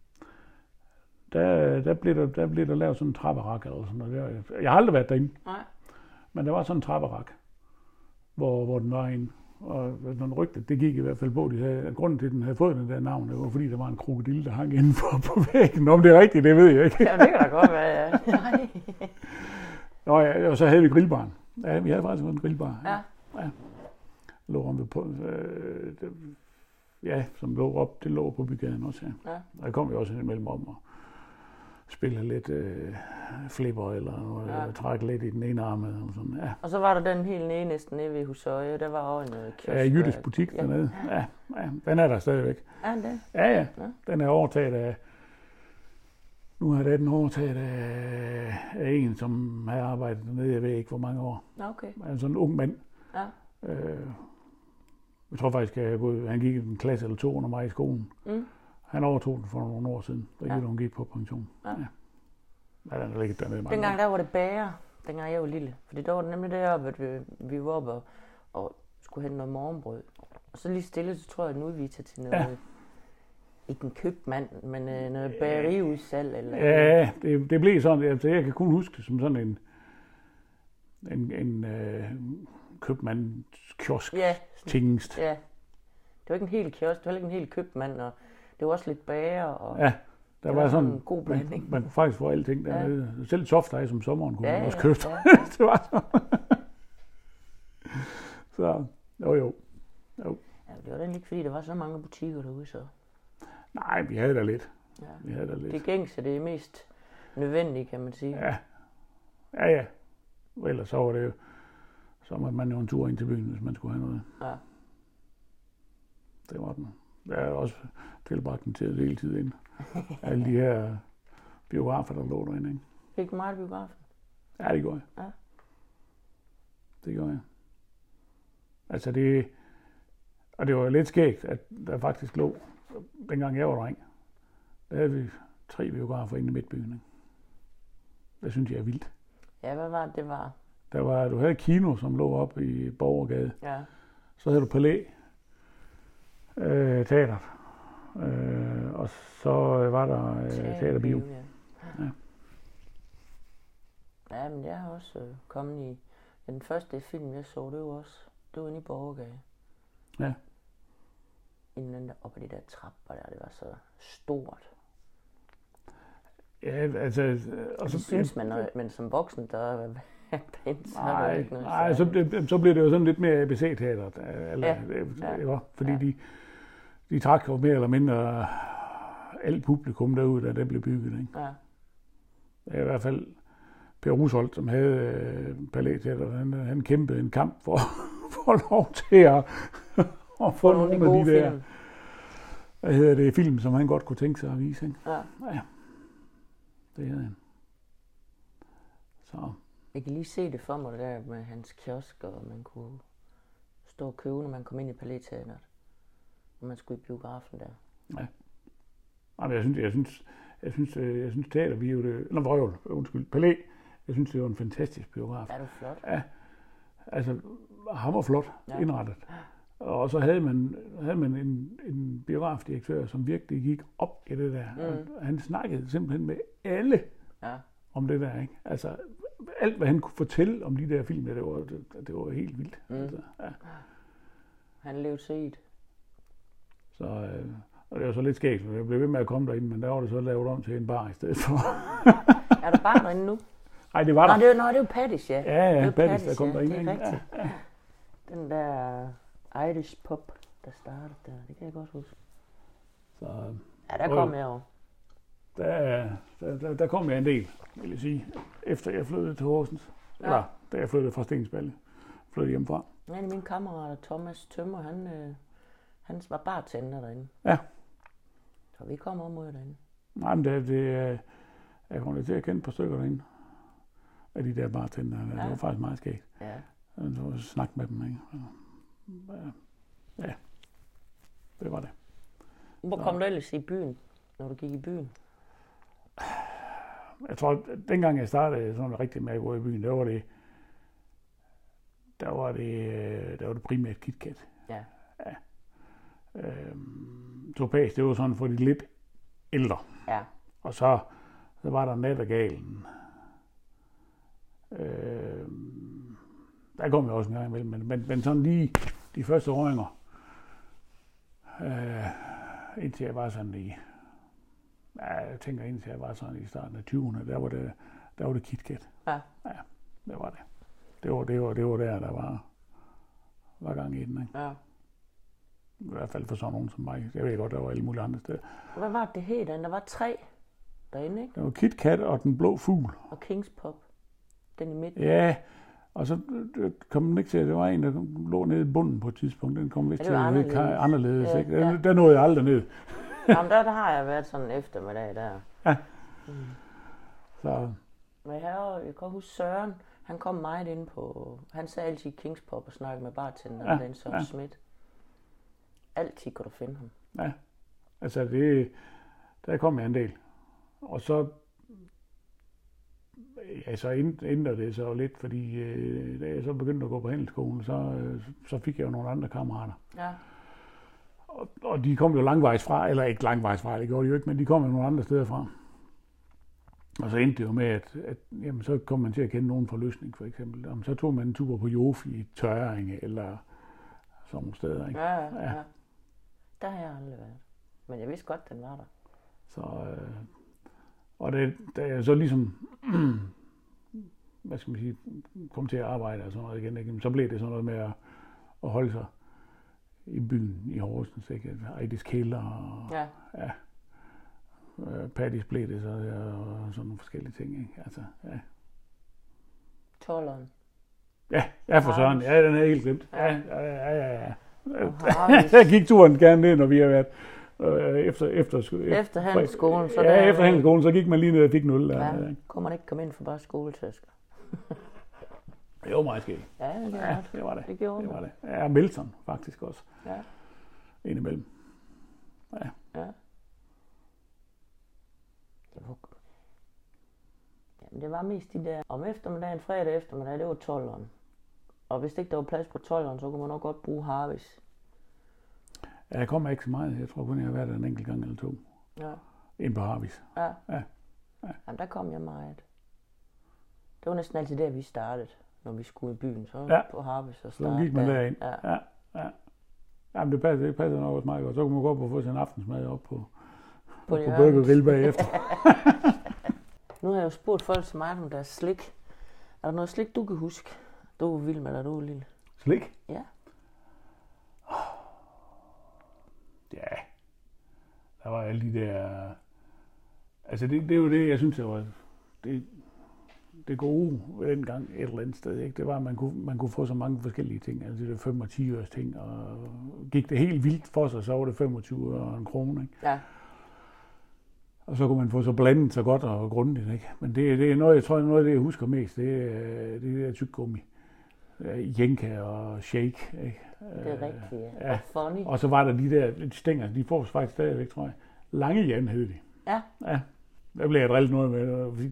S2: Der, der, blev der, der blev der lavet sådan en trapperak eller sådan noget. Jeg har aldrig været derinde.
S3: Nej.
S2: Men der var sådan en trapperak, hvor, hvor den var inde. Og nogle rygter, det gik i hvert fald på, de havde, grunden til, at den havde fået den der navn, det var fordi, der var en krokodille, der hang indenfor på væggen. Om det er rigtigt, det ved jeg ikke.
S3: Ja, det kan da godt være, ja. Nej.
S2: Nå ja, og så havde vi grillbaren. Ja, vi havde faktisk en grillbar.
S3: Ja.
S2: Ja. Lå om ved på, øh, det, ja, som lå op, det lå på Bygaden også, ja.
S3: Ja.
S2: Der kom vi også imellem om og spille lidt øh, flipper eller noget,
S3: Ja.
S2: ja. trække lidt i den ene arm. Og sådan, ja.
S3: Og så var der den helt nede, næsten nede ved Husøje. Der var også en øh, kiosk.
S2: Ja, Jyttes butik
S3: ja.
S2: dernede. Ja, ja, den er der stadigvæk.
S3: Er den det?
S2: Ja, ja.
S3: Ja.
S2: Den er overtaget af... Nu har den overtaget af, af en, som har arbejdet dernede, jeg ved ikke hvor mange år.
S3: Nå, okay.
S2: Altså en ung mand.
S3: Ja.
S2: Øh, jeg tror faktisk, at han gik i en klasse eller to under mig i skolen.
S3: Mm.
S2: Han overtog den for nogle år siden, da
S3: Ja.
S2: hun gik på pension.
S3: Ja.
S2: Ja. Ja, den har ligget dernede i mange
S3: Dengang
S2: år.
S3: der var det bager, dengang jeg var lille. Fordi der var det nemlig deroppe, at vi, vi var oppe og, og skulle hente noget morgenbrød. Og så lige stille, så tror jeg, at nu er vi til noget...
S2: Ja.
S3: Ikke en købmand, men øh, noget bageriudsalg. Eller
S2: Ja, det, det blev sådan, altså jeg kan kun huske det som sådan en, en, en øh, købmandskiosk
S3: Ja,
S2: tingest.
S3: ja. Det var ikke en hel kiosk, det var heller ikke en hel købmand, og det var også lidt bager. Og
S2: Ja, der
S3: det
S2: var,
S3: var
S2: sådan
S3: en god blanding.
S2: Man, man kunne faktisk få alting dernede. Ja. Selv softice som sommeren kunne
S3: Ja,
S2: man også
S3: ja,
S2: købe.
S3: ja.
S2: Det var så. Så, jo jo. jo.
S3: Ja, det var egentlig ikke, fordi der var så mange butikker derude, så
S2: Nej, vi havde da lidt.
S3: ja.
S2: Vi havde da lidt.
S3: Det gængse, det er mest nødvendigt, kan man sige.
S2: Ja, ja, ja. Og ellers så var det jo, så måtte man jo en tur ind til byen, hvis man skulle have noget.
S3: Ja.
S2: Det var den. Jeg har også tilbragt den til hele tiden ind. Alle de her biografer, der lå derinde, ikke?
S3: Fik du meget i biografen?
S2: Ja, det gjorde jeg.
S3: Ja.
S2: Det gjorde jeg. Altså det, og det var lidt skægt, at der faktisk lå, dengang jeg var dreng, der havde vi tre biografer inde i midtbyen, ikke? Det synes jeg er vildt.
S3: Ja, hvad var det, det var?
S2: Der var, du havde kino, som lå op i Borgergade.
S3: Ja.
S2: Så havde du Palæ, øh, teater, øh, og så var der øh, teaterbio.
S3: Ja.
S2: Ja.
S3: Ja, men jeg har også øh, kommet i ja, den første film, jeg så, det var også, det var inde i Borgergade.
S2: Ja.
S3: Inden der, oppe på de der trapper der, det var så stort.
S2: Ja, altså... Og
S3: Og
S2: så,
S3: så synes man, når, men som voksen, der er pænt, så er det
S2: nej,
S3: ikke noget
S2: nej, så,
S3: særligt.
S2: det, så blev det jo sådan lidt mere A B C-teater. Eller,
S3: Ja,
S2: det,
S3: ja,
S2: det var, fordi
S3: ja.
S2: de, de trak jo mere eller mindre alt publikum derude, da det blev bygget. Ikke?
S3: Ja.
S2: Det er i hvert fald Per Rusholt, som havde øh, Palæ-teater, han, han kæmpede en kamp for, for lov til at, at få nogle af de, de der
S3: film.
S2: hvad hedder det, film, som han godt kunne tænke sig at vise. Ikke?
S3: Ja.
S2: Ja, det havde han. Så...
S3: Jeg kan lige se det for mig, det der med hans kiosk, og man kunne stå og købe, når man kom ind i Palæ-teateret. Når man skulle i biografen der.
S2: Ja. Jamen, jeg synes, jeg synes, jeg synes, jeg synes, jeg synes teater, vi er jo det, nå, vrøvl, undskyld, Palæ, jeg synes, det var en fantastisk biograf.
S3: Er du flot?
S2: Ja, altså, hammerflot
S3: Ja.
S2: indrettet. Og så havde man, havde man en, en biografdirektør, som virkelig gik op i det der.
S3: Mm.
S2: Og han snakkede simpelthen med alle
S3: Ja.
S2: om det der, ikke? Altså, alt hvad han kunne fortælle om de der film, det var, det, det var helt vildt.
S3: Mm.
S2: Altså, ja.
S3: Han levede set.
S2: Så, øh, og det var så lidt skægt, for jeg blev ved med at komme derinde, men der var det så lavet om til en bar i stedet for.
S3: Er der bare derinde nu?
S2: Nej, det var der.
S3: Nå, det er, nå, det er jo Pattis, ja.
S2: Ja, ja,
S3: det er
S2: Pattis, der kom
S3: ja.
S2: derind.
S3: Det er
S2: ikke?
S3: rigtigt.
S2: Ja, ja.
S3: Den der Irish pop, der startede der, det kan jeg godt huske.
S2: Så, øh,
S3: Ja, der
S2: og
S3: kom jeg over.
S2: der, der, der, der kom jeg en del, vil jeg sige, efter jeg flyttede til Horsens.
S3: Ja.
S2: Eller, da jeg flyttede fra Stensballe. Flyttede hjemmefra.
S3: En af mine kammerater, Thomas Tømmer, han, øh, han var bartender derinde.
S2: Ja.
S3: Så vi kom om ud derinde.
S2: Nej, men det, det, øh, jeg kommer til at kende et par stykker derinde. Af de der bartender. Det
S3: Ja.
S2: var faktisk meget skægt.
S3: Ja.
S2: Så var snakke med dem, ikke? Ja, det var det.
S3: Hvor
S2: Så.
S3: kom du ellers i byen, når du gik i byen?
S2: Jeg tror, at dengang jeg startede sådan rigtig med at gå i byen, der var det, der var det, øh, der var det primært KitKat.
S3: Ja.
S2: Ja. Øhm, Topaz, det var sådan for de lidt ældre.
S3: Ja.
S2: Og så, så var der Nattergalen. Øhm, der kom jeg også en gang imellem, men, men, men sådan lige de første åringer, øh, indtil jeg var sådan i, ja, jeg tænker indtil jeg var sådan i starten af tyverne, der var det, der var det KitKat.
S3: Ja.
S2: Ja, det var det. Det var, det var, det var der, der var, var gang i den, ikke?
S3: Ja.
S2: I hvert fald for sådan nogen som mig. Jeg ved godt, der var alle mulige andre steder.
S3: Hvad var det hed den? Der var tre derinde, ikke?
S2: Der var KitKat og Den Blå Fugl.
S3: Og Kings Pop. Den i midten.
S2: Ja, og så øh, kom den ikke til, at det var en, der lå nede i bunden på et tidspunkt. Den kom vist
S3: Ja,
S2: til
S3: det var
S2: at hedde
S3: anderledes.
S2: Ka- anderledes.
S3: Ja,
S2: Ikke?
S3: ja.
S2: Der, der nåede jeg aldrig ned.
S3: Jamen, der, der har jeg været sådan eftermiddag der.
S2: Ja.
S3: Mm.
S2: Så
S3: Men her, jeg kan huske Søren, han kom meget ind på, han sagde altid Kings Pop og snakkede med bartenderen,
S2: Ja,
S3: ja, den Søren
S2: ja.
S3: ja. Schmidt. Altid kunne du finde ham.
S2: ja, altså det, der kom jeg en del. Og så, ja, så ændrede det så lidt, fordi øh, da jeg så begyndte at gå på handelsskolen, så, øh, så fik jeg jo nogle andre kammerater.
S3: Ja.
S2: Og, og de kom jo langvejs fra, eller ikke langvejs fra, det gjorde de jo ikke, men de kom jo nogle andre steder fra. Og så endte det jo med, at, at jamen, så kom man til at kende nogen fra Løsning, for eksempel. Jamen, så tog man en tur på Jofi i Tørringe, eller sådan nogle steder, ikke?
S3: Ja, ja,
S2: Ja.
S3: ja. Der har jeg aldrig været. Men jeg vidste godt, den var der.
S2: Så, øh, og det, da jeg så ligesom, hvad skal man sige, kom til at arbejde og sådan noget igen, ikke? Så blev det sådan noget med at, at holde sig i byen i Horsens, ikke? Ejdis Kælder og
S3: Ja.
S2: ja, øh, Pattis blev det så, ja, og sådan nogle forskellige ting, ikke? Altså, ja.
S3: Tolleren.
S2: Ja, ja for søren.
S3: Harvis.
S2: Ja, den er helt glemt.
S3: Ja.
S2: Ja, ja, ja, ja. ja.
S3: Og Harvis.
S2: Der gik turen gerne ned, når vi har været øh, efter, efter,
S3: Efter handelsskolen, så
S2: ja,
S3: der-
S2: efter handelsskolen, så gik man lige ned og fik nul. Der,
S3: Ja.
S2: ja.
S3: Kunne man ikke komme ind for bare skoletæsker?
S2: Det var meget skægt.
S3: Ja, det gjorde
S2: Ja,
S3: det.
S2: det var det.
S3: Det gjorde
S2: Det
S3: det.
S2: var det. Ja, Milton faktisk også.
S3: Ja.
S2: Indimellem. Ja.
S3: Ja. Det var... Jamen, det var mest de der... Om eftermiddagen, fredag eftermiddag, det var tolleren. Og hvis ikke der var plads på tolleren, så kunne man nok godt bruge Harvis.
S2: Ja, jeg kommer ikke så meget. Jeg tror kun, jeg har været der en enkelt gang eller to.
S3: Ja.
S2: Ind på Harvis.
S3: Ja.
S2: Ja. Ja.
S3: Jamen, der kom jeg meget. Det var næsten altid der, vi startede, når vi skulle i byen. Så
S2: Ja.
S3: på Harvis og
S2: Så
S3: starte
S2: gik man
S3: der.
S2: derind.
S3: Ja.
S2: Ja, ja. Jamen, det passer, det passer nok også meget godt. Så kunne man gå op og få sin aftensmad op på,
S3: På
S2: på
S3: hjørnet.
S2: Burger Grill bagefter.
S3: Nu har jeg jo spurgt folk som mig om deres slik. Er der noget slik, du kan huske? Du var vild med, da du var lille.
S2: Slik?
S3: Ja.
S2: Ja. Der var alle de der... Altså, det, det er jo det, jeg synes, det var... Det, det gode ved den gang et eller andet sted, ikke? Det var, at man kunne, man kunne få så mange forskellige ting. Altså, det var fem og ti øres ting, og gik det helt vildt for sig, så var det femogtyve øre og en krone, ikke?
S3: Ja.
S2: Og så kunne man få så blandet så godt og grundigt, ikke? Men det, det er noget, jeg tror, noget af det, jeg husker mest, det er det er tyggegummi. Jenka og Shake, ikke?
S3: Det er rigtigt, ja.
S2: Ja.
S3: Og funny.
S2: Og så var der de der de stænger, de får faktisk stadigvæk, tror jeg. Lange Jan hed de.
S3: Ja.
S2: Ja. Der blev jeg drillet noget med.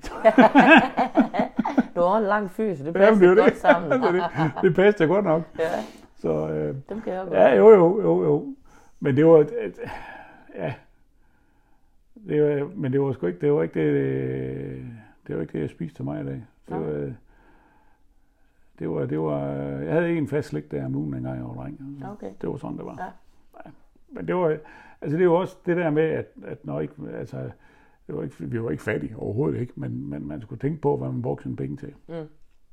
S3: Du var en lang fyr, så det passer
S2: Jamen, det
S3: godt
S2: det.
S3: sammen.
S2: Altså, det, det passede godt nok.
S3: Ja.
S2: Så, øh,
S3: Dem kan jeg godt.
S2: ja, jo, jo, jo, jo. Men det var, et, ja, det var, men det var sgu ikke, det var ikke det, det var ikke det, jeg spiste til mig i dag. Det var, det var, det var, jeg havde en fast slik der om ugen, en gang jeg var dreng.
S3: Okay.
S2: Det var sådan, det var.
S3: Ja.
S2: Ja. Men det var, altså det var også det der med, at, at når ikke, altså, det var ikke, vi var ikke fattige overhovedet ikke, men, men man skulle tænke på, hvad man brugte sine penge til.
S3: Mm.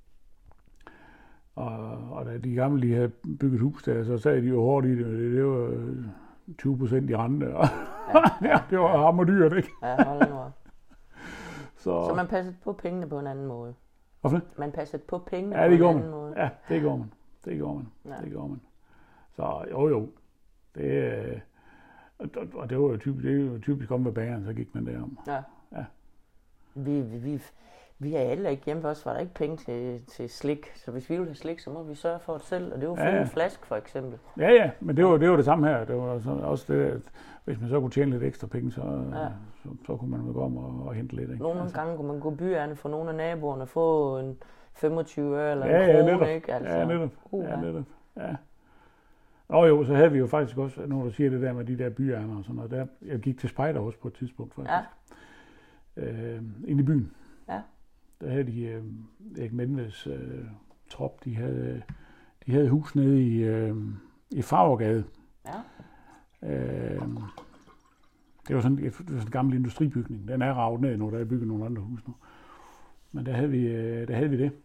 S2: Og, og da de gamle de havde bygget hus der, så sagde de jo hårdt i det, det, det var tyve procent i rente, og ja, ja, det var hammerdyrt, ikke?
S3: Ja, hold nu op.
S2: Så,
S3: Så man passede på pengene på en anden måde.
S2: Hvorfor det?
S3: Man passede på pengene
S2: Ja,
S3: på
S2: det
S3: en
S2: går
S3: anden
S2: man.
S3: måde.
S2: Ja, det går man. Det går man.
S3: Ja.
S2: Det går man. Så jo jo, det, øh, og, og det var jo typisk, det er jo typisk om ved bageren, så gik man derom.
S3: Ja.
S2: Ja.
S3: Vi, vi, vi, vi er alle ikke hjemme, for os var der ikke penge til, til slik. Så hvis vi ville have slik, så må vi sørge for det selv. Og det var for
S2: Ja, ja.
S3: en flaske for eksempel.
S2: Ja, ja, men det var, det var det samme her. Det var så, også det, at hvis man så kunne tjene lidt ekstra penge, så,
S3: Ja.
S2: så, så kunne man jo gå om og, og hente lidt. Ikke?
S3: Nogle altså. gange kunne man gå byerne for nogle af naboerne og få en femogtyve øre eller
S2: Ja,
S3: en
S2: ja,
S3: krone,
S2: netop.
S3: ikke? Altså,
S2: Ja, netop.
S3: Uh,
S2: Ja, netop. Ja. Og jo, så havde vi jo faktisk også, når du siger det der med de der byerne og sådan noget, der, jeg gik til spejder også på et tidspunkt faktisk. Ja. Øh, inde i byen.
S3: Ja.
S2: Der havde de, øh, Erik Menveds øh, trop, de havde, de havde hus nede i, øh, i Farvergade.
S3: Ja.
S2: Øh, det var sådan, det var sådan en gammel industribygning. Den er ravet ned nu, der er bygget nogle andre hus nu. Men der havde vi, øh, der havde vi det.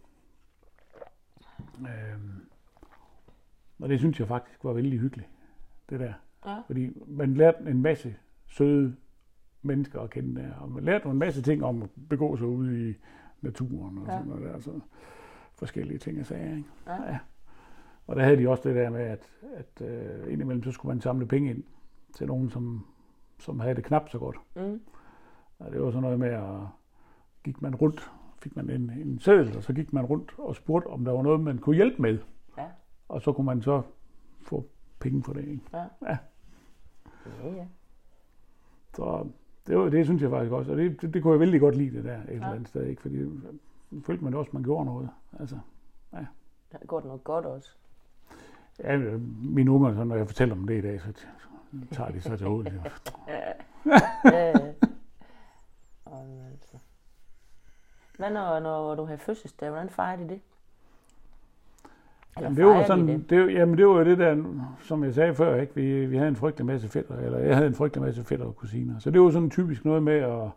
S2: Øh, og det synes jeg faktisk var vældig hyggeligt, det der.
S3: Ja.
S2: Fordi man lærte en masse søde mennesker at kende der, og man lærte en masse ting om at begå sig ude i naturen og
S3: Ja.
S2: sådan noget der, så forskellige ting og sager, ikke?
S3: Ja.
S2: Ja. Og der havde de også det der med, at, at uh, indimellem så skulle man samle penge ind til nogen, som, som havde det knap så godt.
S3: Mm.
S2: Og det var sådan noget med, at gik man rundt, fik man en, en seddel, og så gik man rundt og spurgte, om der var noget, man kunne hjælpe med.
S3: Ja.
S2: Og så kunne man så få penge for det, ikke?
S3: Ja.
S2: Ja.
S3: Ja, ja.
S2: Så det, var, det synes jeg faktisk også, og det, det, det kunne jeg vældig godt lide det der et ja. eller andet sted, ikke? Fordi så følte man også, at man gjorde noget. Altså, ja.
S3: Der er godt noget godt også.
S2: Ja, mine unger, så når jeg fortæller dem det i dag, så tager de så til hovedet.
S3: Ja, ja, ja. Og, altså. Hvad når, når du har fødselsdag? Hvordan fejrer de det?
S2: Jamen, det var sådan, det? Det, jamen det var jo det der, som jeg sagde før, ikke? Vi, vi havde en frygtelig masse fætter, eller jeg havde en frygtelig masse fætter og kusiner. Så det var sådan typisk noget med at,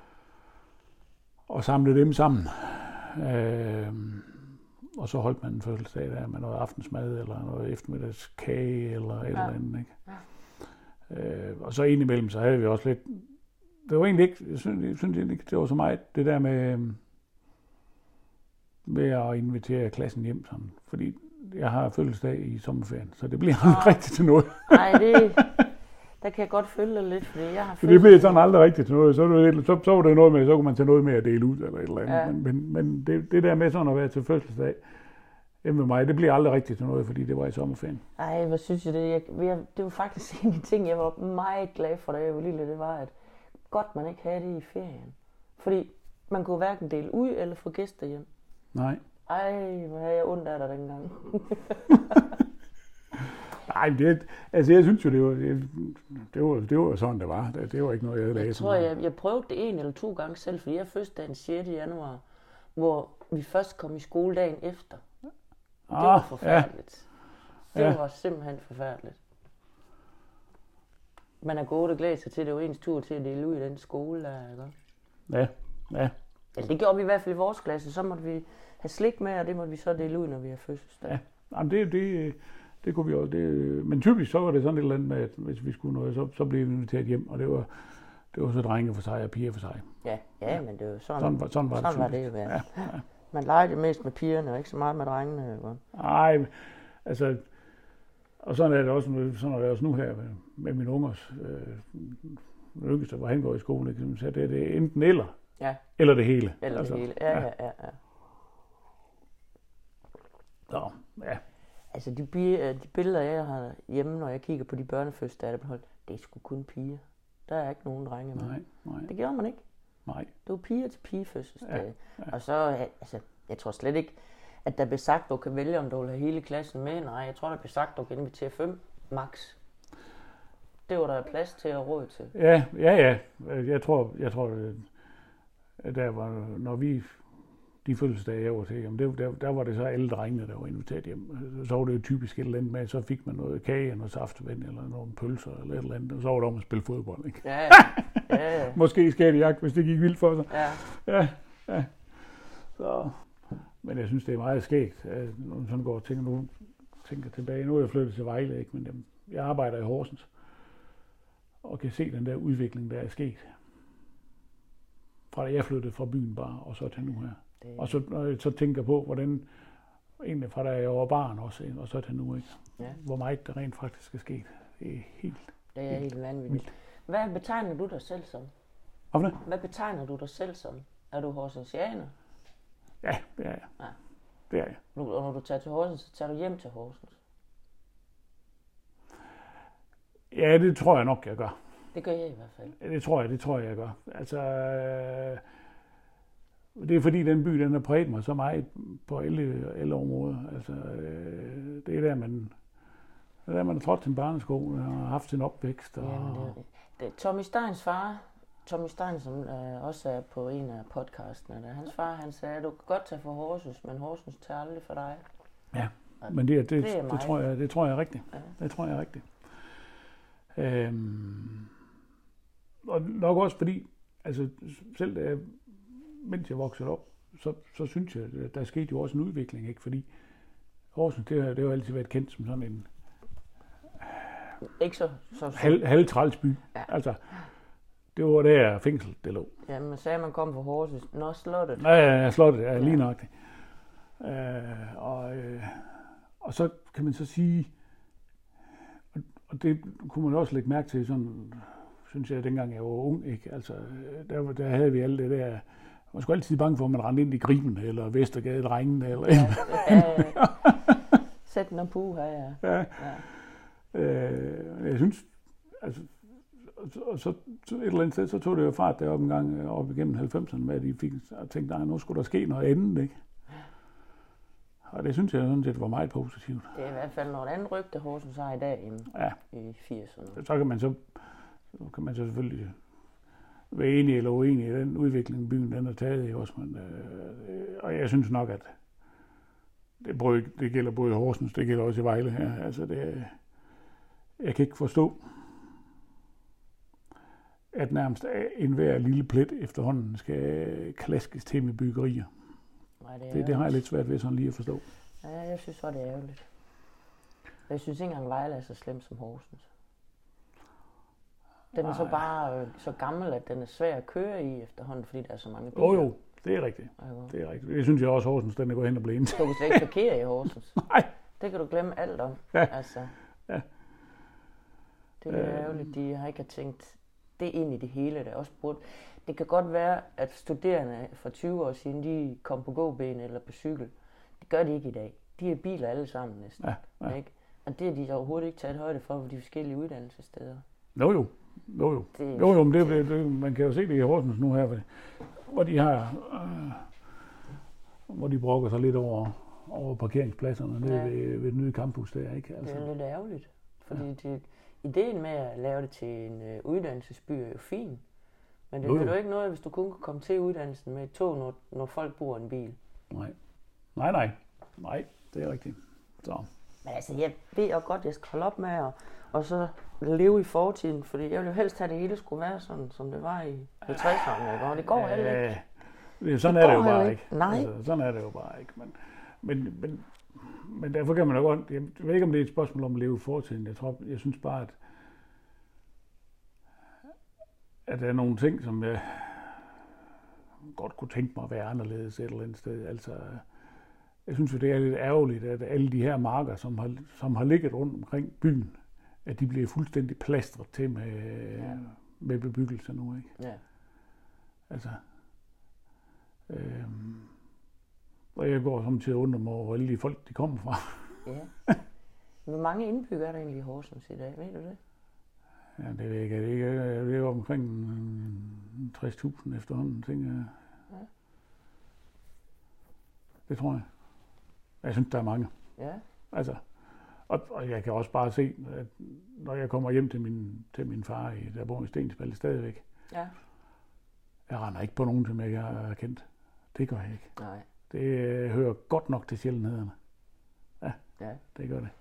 S2: at samle dem sammen. Øh, og så holdt man en fødselsdag der med noget aftensmad, eller noget eftermiddagskage, eller et ja. eller andet, ikke? Ja. Øh, og så indimellem, så havde vi også lidt, det var egentlig ikke, jeg synes, jeg synes ikke, det var så meget, det der med, med at invitere klassen hjem sådan, fordi jeg har fødselsdag i sommerferien, så det bliver aldrig ja. rigtigt til noget.
S3: Nej, det, der kan jeg godt følge det lidt, fordi jeg har
S2: fødselsdag. Det bliver sådan aldrig rigtigt til noget, så, det, så, så var det noget med, så kunne man tage noget med at dele ud, eller et eller andet, ja. men, men, men det, det der med sådan at være til fødselsdag, hjemme med mig, det bliver aldrig rigtigt til noget, fordi det var i sommerferien.
S3: Ej, hvad synes jeg det? Jeg, jeg, det var faktisk en af de ting, jeg var meget glad for, da jeg var lille, det var, at godt man ikke havde det i ferien. Fordi man kunne hverken dele ud eller få gæster hjem.
S2: Nej.
S3: Ej, hvor havde jeg ondt af dig dengang.
S2: Nej, det, altså jeg synes jo, det var, det, det var, det var sådan, det var. Det, det var ikke noget, jeg havde
S3: Jeg
S2: læst.
S3: tror, jeg, jeg prøvede det en eller to gange selv, fordi jeg fødselsdag den sjette januar, hvor vi først kom i skole dagen efter. Det
S2: ah,
S3: var forfærdeligt.
S2: Ja.
S3: Det
S2: Ja.
S3: var simpelthen forfærdeligt. Man har gået og glædet sig til, det var ens tur til at dele ud i den skole der, ikke?
S2: Ja, ja.
S3: Ja, det gjorde vi i hvert fald i vores klasse. Så måtte vi have slik med, og det måtte vi så dele ud, når vi har fødselsdag.
S2: Ja. Jamen det, det, det kunne vi også. Det, men typisk så var det sådan et eller andet med, at hvis vi skulle noget, så, så blev vi inviteret hjem, og det var, det var så drenge for sig og piger for sig.
S3: Ja, ja, ja. Men det var sådan,
S2: sådan, var, sådan var
S3: sådan
S2: det,
S3: var det jo. Ja.
S2: Ja, ja.
S3: Man legede mest med pigerne, og ikke så meget med drengene. Ikke?
S2: Nej, altså, og sådan er det også, sådan er det også nu her med, med min ungers øh, yngste, hvor han går i skole, ikke? Så det er det enten eller,
S3: ja.
S2: eller det hele.
S3: Eller altså, det hele, ja, ja, ja. ja.
S2: Så, ja.
S3: Altså de, de billeder, jeg har hjemme, når jeg kigger på de børnefødselsdage, der blev holdt, det er sgu kun piger. Der er ikke nogen drenge med.
S2: Nej, nej.
S3: Det gjorde man ikke.
S2: Nej.
S3: Det var piger til pigefødselsdag.
S2: Ja, ja.
S3: Og så, altså, jeg tror slet ikke, at der blev sagt, at du kan vælge, om du vil have hele klassen med. Nej, jeg tror, der blev sagt, at du kan invitere fem max. Det var der plads til at råd til.
S2: Ja, ja, ja. Jeg tror, jeg tror, at der var, når vi, de fødselsdage, jeg var til, jamen det, der, der var det så alle drengene, der var inviteret hjem. Så var det jo typisk et eller andet med, så fik man noget kage, noget saftevand, eller nogle pølser, eller et eller andet, og så var det om at spille fodbold, ikke?
S3: Ja, ja. ja.
S2: Måske skættejagt, hvis det gik vildt for sig.
S3: Ja.
S2: Ja, ja. Så, men jeg synes, det er meget skægt, når man sådan går og tænker, nu tænker tilbage. Nu er jeg flyttet til Vejle, ikke? Men jamen, jeg arbejder i Horsens, og kan se den der udvikling, der er sket. Fra da jeg flyttede fra byen bare, og så til nu her. Det... Og så, når jeg så tænker på, hvordan, egentlig fra da jeg var barn også, og så til nu, ikke?
S3: Ja.
S2: Hvor meget der rent faktisk er sket. Det er helt...
S3: Det er helt vanvittigt. Hvad betegner du dig selv som?
S2: Hvad?
S3: Hvad betegner du dig selv som? Er du horsensianer?
S2: Ja, det er jeg.
S3: Ja.
S2: Det er jeg.
S3: Og når du tager til Horsens, så tager du hjem til Horsens?
S2: Ja, det tror jeg nok, jeg gør.
S3: Det gør jeg i hvert fald.
S2: Ja, det tror jeg, det tror jeg, jeg gør. Altså, øh, det er fordi, den by, den har præget mig så meget på alle, alle områder. Altså, øh, det er der, man, det er der, man har trådt sin barnesko og har haft sin opvækst. Og...
S3: Jamen, det, det. det. Tommy Steins far, Tommy Stein, som øh, også er på en af podcastene, der, hans far, han sagde, at du kan godt tage for Horsens, men Horsens tager aldrig for dig.
S2: Ja, men det, det,
S3: det,
S2: det, det, tror, jeg, det tror jeg er rigtigt.
S3: Ja.
S2: Det tror jeg er rigtigt. Øhm, og nok også fordi, altså selv da jeg, mens jeg voksede op, så, så synes jeg, at der skete jo også en udvikling, ikke? Fordi Horsens, det har, det har jo altid været kendt som sådan en
S3: ikke så, så, så.
S2: halv, halvtrælsby. Ja. Altså, det var der fængsel, det lå.
S3: Ja, man sagde, at man kom fra Horsens. Nå, slottet.
S2: Ja, ja, slottet, ja, lige nok det. Øh, og, øh, og så kan man så sige, og det kunne man også lægge mærke til, sådan, synes jeg, dengang jeg var ung, ikke? Altså, der, der havde vi alle det der, man skulle altid bange for, at man rendte ind i Griben, eller Vestergade-drengen, eller... Ja,
S3: ja, ja. Sæt den på, ja, ja.
S2: ja. ja. Øh, jeg synes, altså, og så, så et eller andet sted, så tog det jo fart deroppe en gang, op igennem halvfemserne, med at de fik og tænkte, nej, nu skulle der ske noget andet, ikke? Og det synes jeg sådan set var meget positivt.
S3: Det er i hvert fald noget andet rygte, Horsens har i dag end
S2: ja.
S3: i firserne.
S2: Så kan man så, så kan man så selvfølgelig være enig eller uenig i den udvikling, byen den har taget i også. Men, øh, og jeg synes nok, at det, både, det gælder både i Horsens, det gælder også i Vejle her. Altså det, jeg kan ikke forstå, at nærmest enhver lille plet efterhånden skal klaskes til med byggerier.
S3: Nej, det,
S2: det, det har jeg lidt svært ved sådan lige at forstå.
S3: Ja, jeg synes også, det er ærgerligt. Jeg synes ikke engang, Vejle er så slem som Horsens. Den er Ej. så bare øh, så gammel, at den er svær at køre i efterhånden, fordi der er så mange biler.
S2: Jo, jo, det er rigtigt. Det er rigtigt. Jeg synes jeg også, Horsens den er gået hen og blevet ind.
S3: Du kan slet ikke parkere i Horsens.
S2: Nej.
S3: Det kan du glemme alt om.
S2: Ja.
S3: Altså,
S2: ja.
S3: Det er øh. ærgerligt, de har ikke tænkt det ind i det hele, der også burde. Det kan godt være, at studerende for tyve år siden, de kom på gåben eller på cykel. Det gør de ikke i dag. De er biler alle sammen næsten.
S2: Ja, ja.
S3: Ikke? Og det har de overhovedet ikke taget højde for, på de forskellige uddannelsessteder.
S2: Jo jo, jo jo. Det, jo, jo men det, det, man kan jo se det i Horsens nu her, hvor de har, øh, hvor de brokker sig lidt over, over parkeringspladserne nede ja. ved, ved den nye campus der, ikke? Altså.
S3: Det er lidt ærgerligt, fordi ja. det, ideen med at lave det til en øh, uddannelsesby er jo fin. Men det er jo ikke noget, hvis du kun kan komme til uddannelsen med et tog, når, når folk bruger en bil.
S2: Nej. Nej, nej. Nej, det er rigtigt. Så.
S3: Men altså, jeg ved jo godt, at jeg skal holde op med at og så leve i fortiden, fordi jeg ville jo helst have, at det hele skulle være sådan, som det var i halvtredserne, og det går
S2: ja,
S3: heller ikke.
S2: Det, sådan det er det jo bare ikke.
S3: ikke. Nej.
S2: Altså, sådan er det jo bare ikke. Men, men, men, men derfor kan man jo godt, jeg ved ikke, om det er et spørgsmål om at leve i fortiden. Jeg tror, jeg synes bare, at at der er nogle ting, som jeg godt kunne tænke mig at være anderledes et eller andet sted. Altså, jeg synes jo, det er lidt ærgerligt, at alle de her marker, som har, som har ligget rundt omkring byen, at de bliver fuldstændig plastret til med, ja. med bebyggelse nu, ikke?
S3: Ja.
S2: Altså, øhm, og jeg går som til at undre mig over, hvor alle de folk, de kommer fra.
S3: Ja. Hvor mange indbyggere er der egentlig i Horsens i dag, ved du det?
S2: Ja, det ved jeg ikke. Det er, det er omkring tres tusind efterhånden, tænker jeg. Ja. Det tror jeg. Jeg synes, der er mange.
S3: Ja.
S2: Altså, og, og jeg kan også bare se, at når jeg kommer hjem til min, til min far, i, der bor i Stensballe stadigvæk,
S3: ja. Jeg
S2: render ikke på nogen, som jeg har kendt. Det gør jeg ikke.
S3: Nej.
S2: Det øh, hører godt nok til sjældenhederne. Ja,
S3: ja,
S2: det gør det.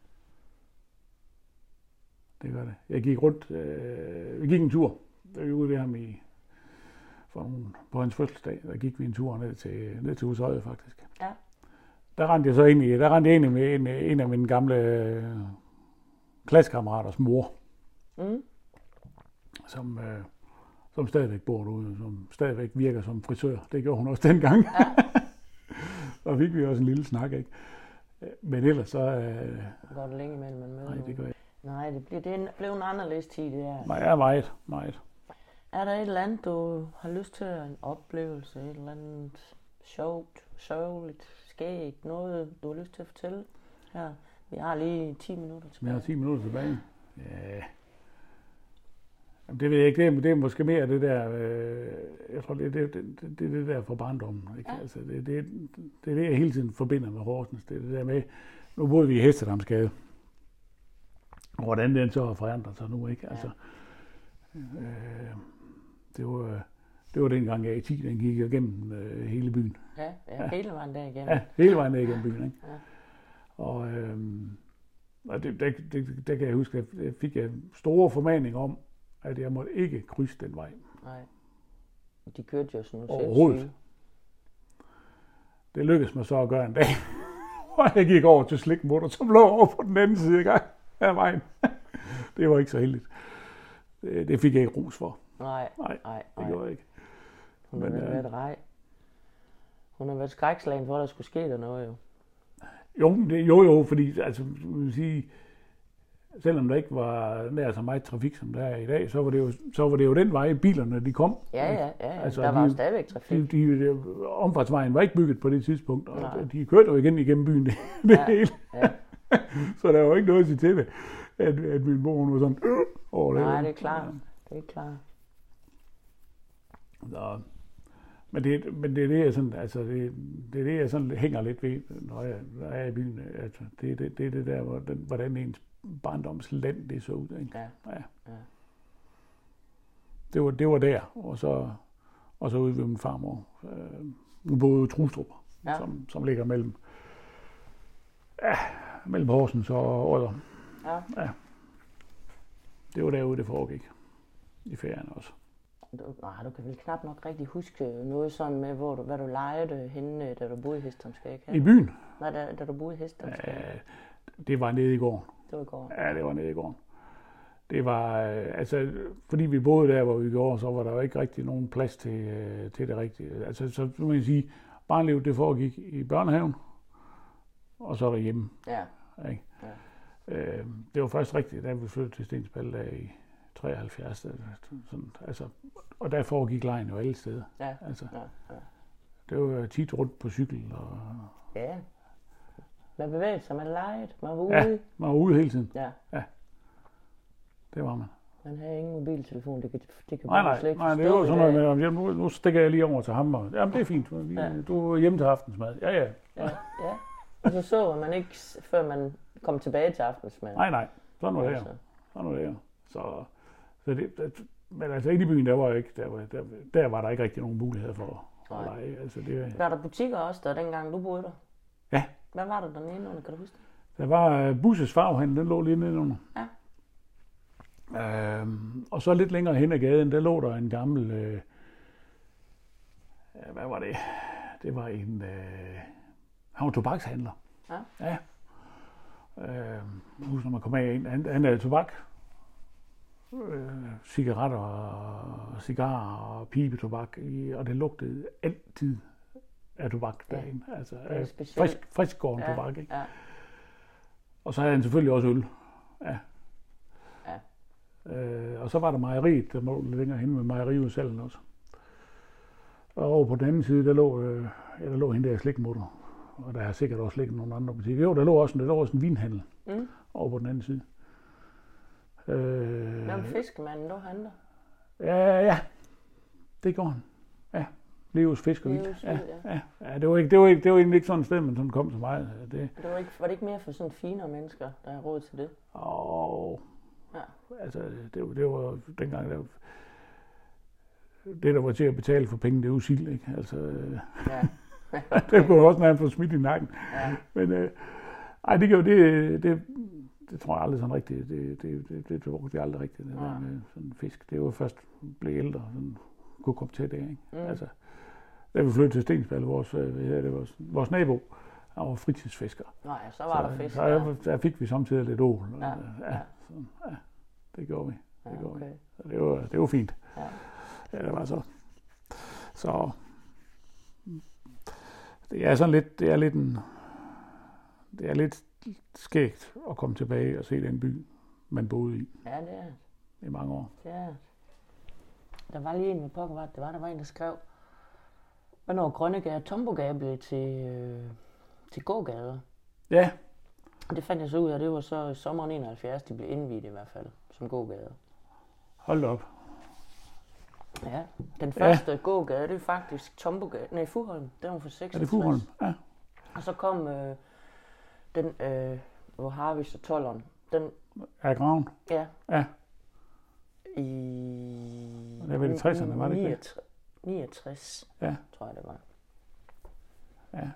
S2: Det gør det. Jeg gik rundt, øh, vi gik en tur, der var ude ved ham i, for nogen, på hans fødselsdag, der gik vi en tur ned til, ned til Husøje faktisk.
S3: Ja.
S2: Der rendte jeg så ind i, der rendte jeg ind med en, en af mine gamle øh, klassekammeraters mor, mm. som, øh, som stadigvæk bor derude, som stadigvæk virker som frisør. Det gjorde hun også dengang. Ja. Så fik vi også en lille snak, ikke? Men ellers så... Øh,
S3: går det længe imellem, man møder
S2: nej, det gør jeg.
S3: Nej, det blev, det blev en anderledes tid, det her.
S2: Nej, jeg er meget, meget.
S3: Er der et eller andet, du har lyst til en oplevelse, et eller andet sjovt, sørgeligt, skægt, noget, du har lyst til at fortælle her? Vi har lige ti minutter tilbage.
S2: Vi har ti minutter tilbage. Ja. Jamen, det ved jeg ikke. Det er, det er måske mere det der, øh, jeg tror, det er det, det, det, det, det der fra barndommen. Ikke? Ja. Altså, det, det, det er det, jeg hele tiden forbinder med Horsens. Det er det der med, nu boede vi i Hestedamsgade. Og hvordan den så har forandret sig nu, ikke? Ja. Altså, øh, det var, det var dengang A ti, den gik igennem øh, hele byen.
S3: Ja, ja, ja, hele vejen der igennem.
S2: Ja, hele vejen der igennem byen, ikke? Ja. Og, øh, og det, det, det, det kan jeg huske, at jeg fik en store formaning om, at jeg måtte ikke krydse den vej.
S3: Nej. De kørte jo sådan noget
S2: overhovedet. Det lykkedes mig så at gøre en dag, hvor jeg gik over til slikmutter, som lå over på den anden side af vejen. Det var ikke så heldigt. Det, det fik jeg ikke ros for.
S3: Nej,
S2: nej,
S3: nej,
S2: det gjorde jeg ikke.
S3: Hun har været øh, rej. Hun har været skrækslagen for, at der skulle ske der noget, jo.
S2: Jo, det, jo, jo, fordi, altså, vil sige, selvom der ikke var nær så meget trafik, som der er i dag, så var det jo, så var det jo den vej, bilerne de kom.
S3: Ja, ja, ja. Altså, der var de, stadigvæk trafik.
S2: De, de, de, omfartsvejen var ikke bygget på det tidspunkt, og nej. De kørte jo igen igennem byen det, det ja, hele. Ja. Så der var jo ikke noget at sige til det, at, at min mor var sådan øh, over det.
S3: Nej, det er klart. Det er klart.
S2: Så, men, det, men det er det, jeg sådan, altså det, det er det, jeg sådan hænger lidt ved, når jeg, når jeg er i byen. Altså, det er det, det, det der, hvordan, hvordan ens barndomsland det så ud. Ikke?
S3: Ja.
S2: Ja.
S3: Ja.
S2: Det var, det var der, og så, og så ude ved min farmor. Øh, nu boede Trustrup, ja. som, som ligger mellem, ja, mellem Horsens og Odder.
S3: Ja.
S2: Ja. Det var derude, det foregik. I ferien også.
S3: Du, nej, du kan vel knap nok rigtig huske noget sådan med, hvor du, hvad du legede henne, da du boede i Hestomskab?
S2: I byen?
S3: Nej, da, da du boede i Hestomskab.
S2: Ja, det var nede i gården.
S3: Det var i gården?
S2: Ja, det var nede i gården. Det var, altså, fordi vi boede der, hvor vi gjorde, så var der jo ikke rigtig nogen plads til, til det rigtige. Altså, så må jeg sige, barnelivet, det foregik i børnehaven, og så derhjemme.
S3: Ja.
S2: Ikke?
S3: Ja.
S2: Øh, det var først rigtigt, da vi flyttede til Stensballe der i treoghalvfjerds. Sådan, altså, og der foregik legen jo alle steder.
S3: Ja.
S2: Altså,
S3: ja, ja.
S2: Det var tit rundt på cykel. Og,
S3: ja. Man bevægede sig, man legede, man var ude.
S2: Ja, man var ude hele tiden.
S3: Ja.
S2: Ja. Det var man.
S3: Man havde ingen mobiltelefon, det kan, det kan
S2: nej, nej,
S3: slet ikke
S2: nej, det var sådan noget med, nu, nu stikker jeg lige over til ham, og jamen det er fint, vi, ja. Du er hjemme til aftensmad. Ja, ja.
S3: Ja, ja. Og så så man ikke, før man kom tilbage til aftensmad.
S2: Nej, nej, sådan var det her. Sådan var det her. Så, så det, det, men altså inde i byen, der var ikke, der var, der, der var der ikke rigtig nogen muligheder for at lege. Altså, det,
S3: var der butikker også der, dengang du boede der?
S2: Ja.
S3: Hvad var der dernede under, kan du huske det?
S2: Der var uh, Busses farvehandel, den lå lige nede under.
S3: Ja.
S2: Øhm, og så lidt længere hen ad gaden, der lå der en gammel, øh, hvad var det? Det var en, øh, han var tobakshandler.
S3: Ja.
S2: Ja. Øh, husk, når man kommer af ind, han, han havde tobak, øh, cigaretter og cigarer og pibetobak, i, og det lugtede altid af tobak
S3: ja.
S2: derinde. Altså
S3: af
S2: frisk, friskgården ja. tobak, ikke?
S3: Ja.
S2: Og så havde han selvfølgelig også øl. Ja.
S3: Ja.
S2: Øh, og så var der mejeriet, der lå længere hen med mejeriudsalgen også. Og over på den anden side, der lå, øh, ja, der lå hende der slikmutter. Og der har sikkert også ligget nogle andre butikker. Jo, der lå også, der lå også en vinhandel mm. over på den anden side. Øh,
S3: Hvem fiskemanden, du handler?
S2: Ja, ja. Det går han. Ja. Leos Fisk og Vildt.
S3: Leos
S2: Ja,
S3: Vildt,
S2: ja. ja. Det var ikke, det var ikke, det var egentlig ikke sådan et sted, men sådan kom så meget. Det,
S3: Det var, ikke, var det ikke mere for sådan finere mennesker, der har råd til det?
S2: og,
S3: Ja.
S2: altså, det, var- det var dengang, der, det der var til at betale for penge, det var jo sild, ikke? Altså, øh,
S3: Ja.
S2: det kunne også nærmest få smidt i nakken.
S3: Ja.
S2: Men, øh, ej, det, gjorde, det, det, det tror jeg aldrig sådan rigtigt. Det, det, det, det brugte jeg aldrig rigtigt, det
S3: Ja.
S2: der med sådan fisk. Det var først blev ældre, sådan kunne komme til det, ikke?
S3: Mm.
S2: Altså, da vi flyttede til Stensballe, vores, øh, hvad hedder det, vores, vores nabo, han var fritidsfisker.
S3: Nå ja, så var
S2: så,
S3: der fisk.
S2: Så der, der fik vi samtidig lidt ål.
S3: Ja,
S2: Ja,
S3: ja.
S2: så, ja, det gjorde vi. Det
S3: Ja,
S2: gjorde
S3: okay.
S2: vi. Så det var, det var fint.
S3: Ja.
S2: Ja, det var så. Så det er sådan lidt, det er lidt en, det er lidt skægt at komme tilbage og se den by, man boede i
S3: Ja, det er det.
S2: i mange år.
S3: Det er det. Der var lige en med pokker, var det var, der var en, der skrev, hvornår Grønnegade og Tombogade blev til, øh, til gågader.
S2: Ja,
S3: Og det fandt jeg så ud af, det var så i sommeren enoghalvfjerds, de blev indviet i hvert fald, som gågader.
S2: hold da op.
S3: Ja, den første ja. gågade, det er faktisk Tombogade, nej, Fuholm, den var for seksogtres.
S2: Er det Fuholm? Ja.
S3: Og så kom øh, den, øh, hvor Harvis og Tolleren, den,
S2: Er Graven?
S3: ja,
S2: Ja.
S3: i...
S2: Det var i tresserne, var det ikke det?
S3: niogtres,
S2: Ja.
S3: tror jeg det var.
S2: Ja.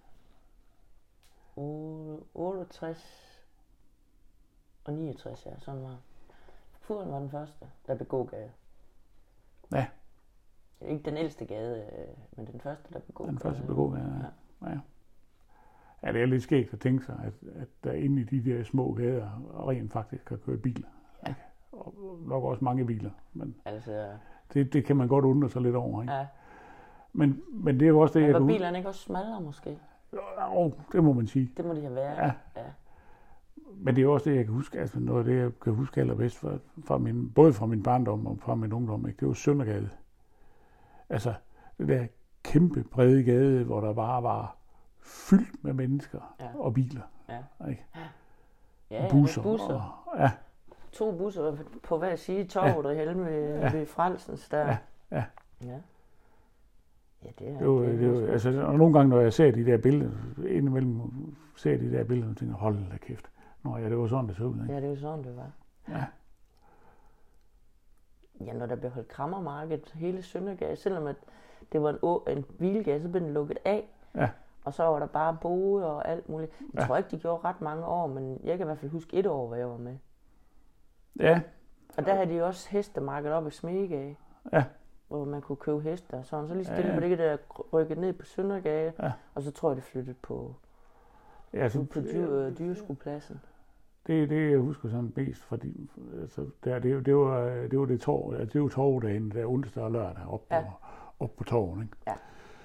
S3: otteogtres og niogtres, ja, sådan var. Fuholm var den første, der blev gågade.
S2: Ja.
S3: Ikke den ældste gade, øh, men den første, der blev gågade.
S2: Den første blev gågade,
S3: ja.
S2: Ja. Ja, det er lidt skægt at tænke sig, at, at der inde i de der små gader rent faktisk kan køre biler.
S3: Ja.
S2: Og nok også mange biler, men
S3: Altså,
S2: det, det kan man godt undre sig lidt over, ikke?
S3: ja.
S2: Men, men det er jo også det,
S3: Men
S2: jeg
S3: var
S2: kan
S3: bilerne ikke også smallere måske?
S2: Jo, det må man sige.
S3: Det må de have været.
S2: Ja.
S3: Ja.
S2: Men det er jo også det, jeg kan huske, altså noget af det, jeg kan huske allerbedst, fra, fra min, både fra min barndom og fra min ungdom, ikke? Det var Søndergade. Altså, det der kæmpe brede gade, hvor der bare var fyldt med mennesker
S3: Ja.
S2: og biler.
S3: Ja.
S2: Ikke?
S3: Ja, ja,
S2: busser.
S3: busser.
S2: Og, ja,
S3: To busser på hver side, Torvet og Helm ved,
S2: Ja.
S3: ved Frelsens der.
S2: Ja, ja.
S3: Ja, ja det er
S2: det var, det var, altså, og nogle gange, når jeg ser de der billeder, indimellem ser jeg de der billeder, og tænker, hold da kæft. Nå ja, det var sådan, det så ud, ikke?
S3: Ja, det var sådan, det var.
S2: Ja.
S3: Ja, når der blev holdt krammermarked hele Søndergade, selvom at det var en, å, en hvilegade, så blev den lukket af.
S2: Ja.
S3: Og så var der bare boede og alt muligt. Jeg
S2: Ja.
S3: tror ikke, de gjorde ret mange år, men jeg kan i hvert fald huske et år, hvor jeg var med.
S2: Ja,
S3: Og der havde de også hestemarked op i Smedegade.
S2: Ja.
S3: Hvor man kunne købe heste og sådan. Så lige stille
S2: Ja,
S3: ja,
S2: ja.
S3: på det der rykket ned på Søndergade.
S2: Ja.
S3: Og så tror jeg, det flyttede på,
S2: ja så,
S3: ude på dyr, øh, dyreskuepladsen.
S2: det er det, jeg husker sådan mest, fordi altså, der, det, det, var, det var det torv, altså, det var torvdagen, der onsdag og lørdag op,
S3: Ja.
S2: på, op på torven, ikke?
S3: Ja.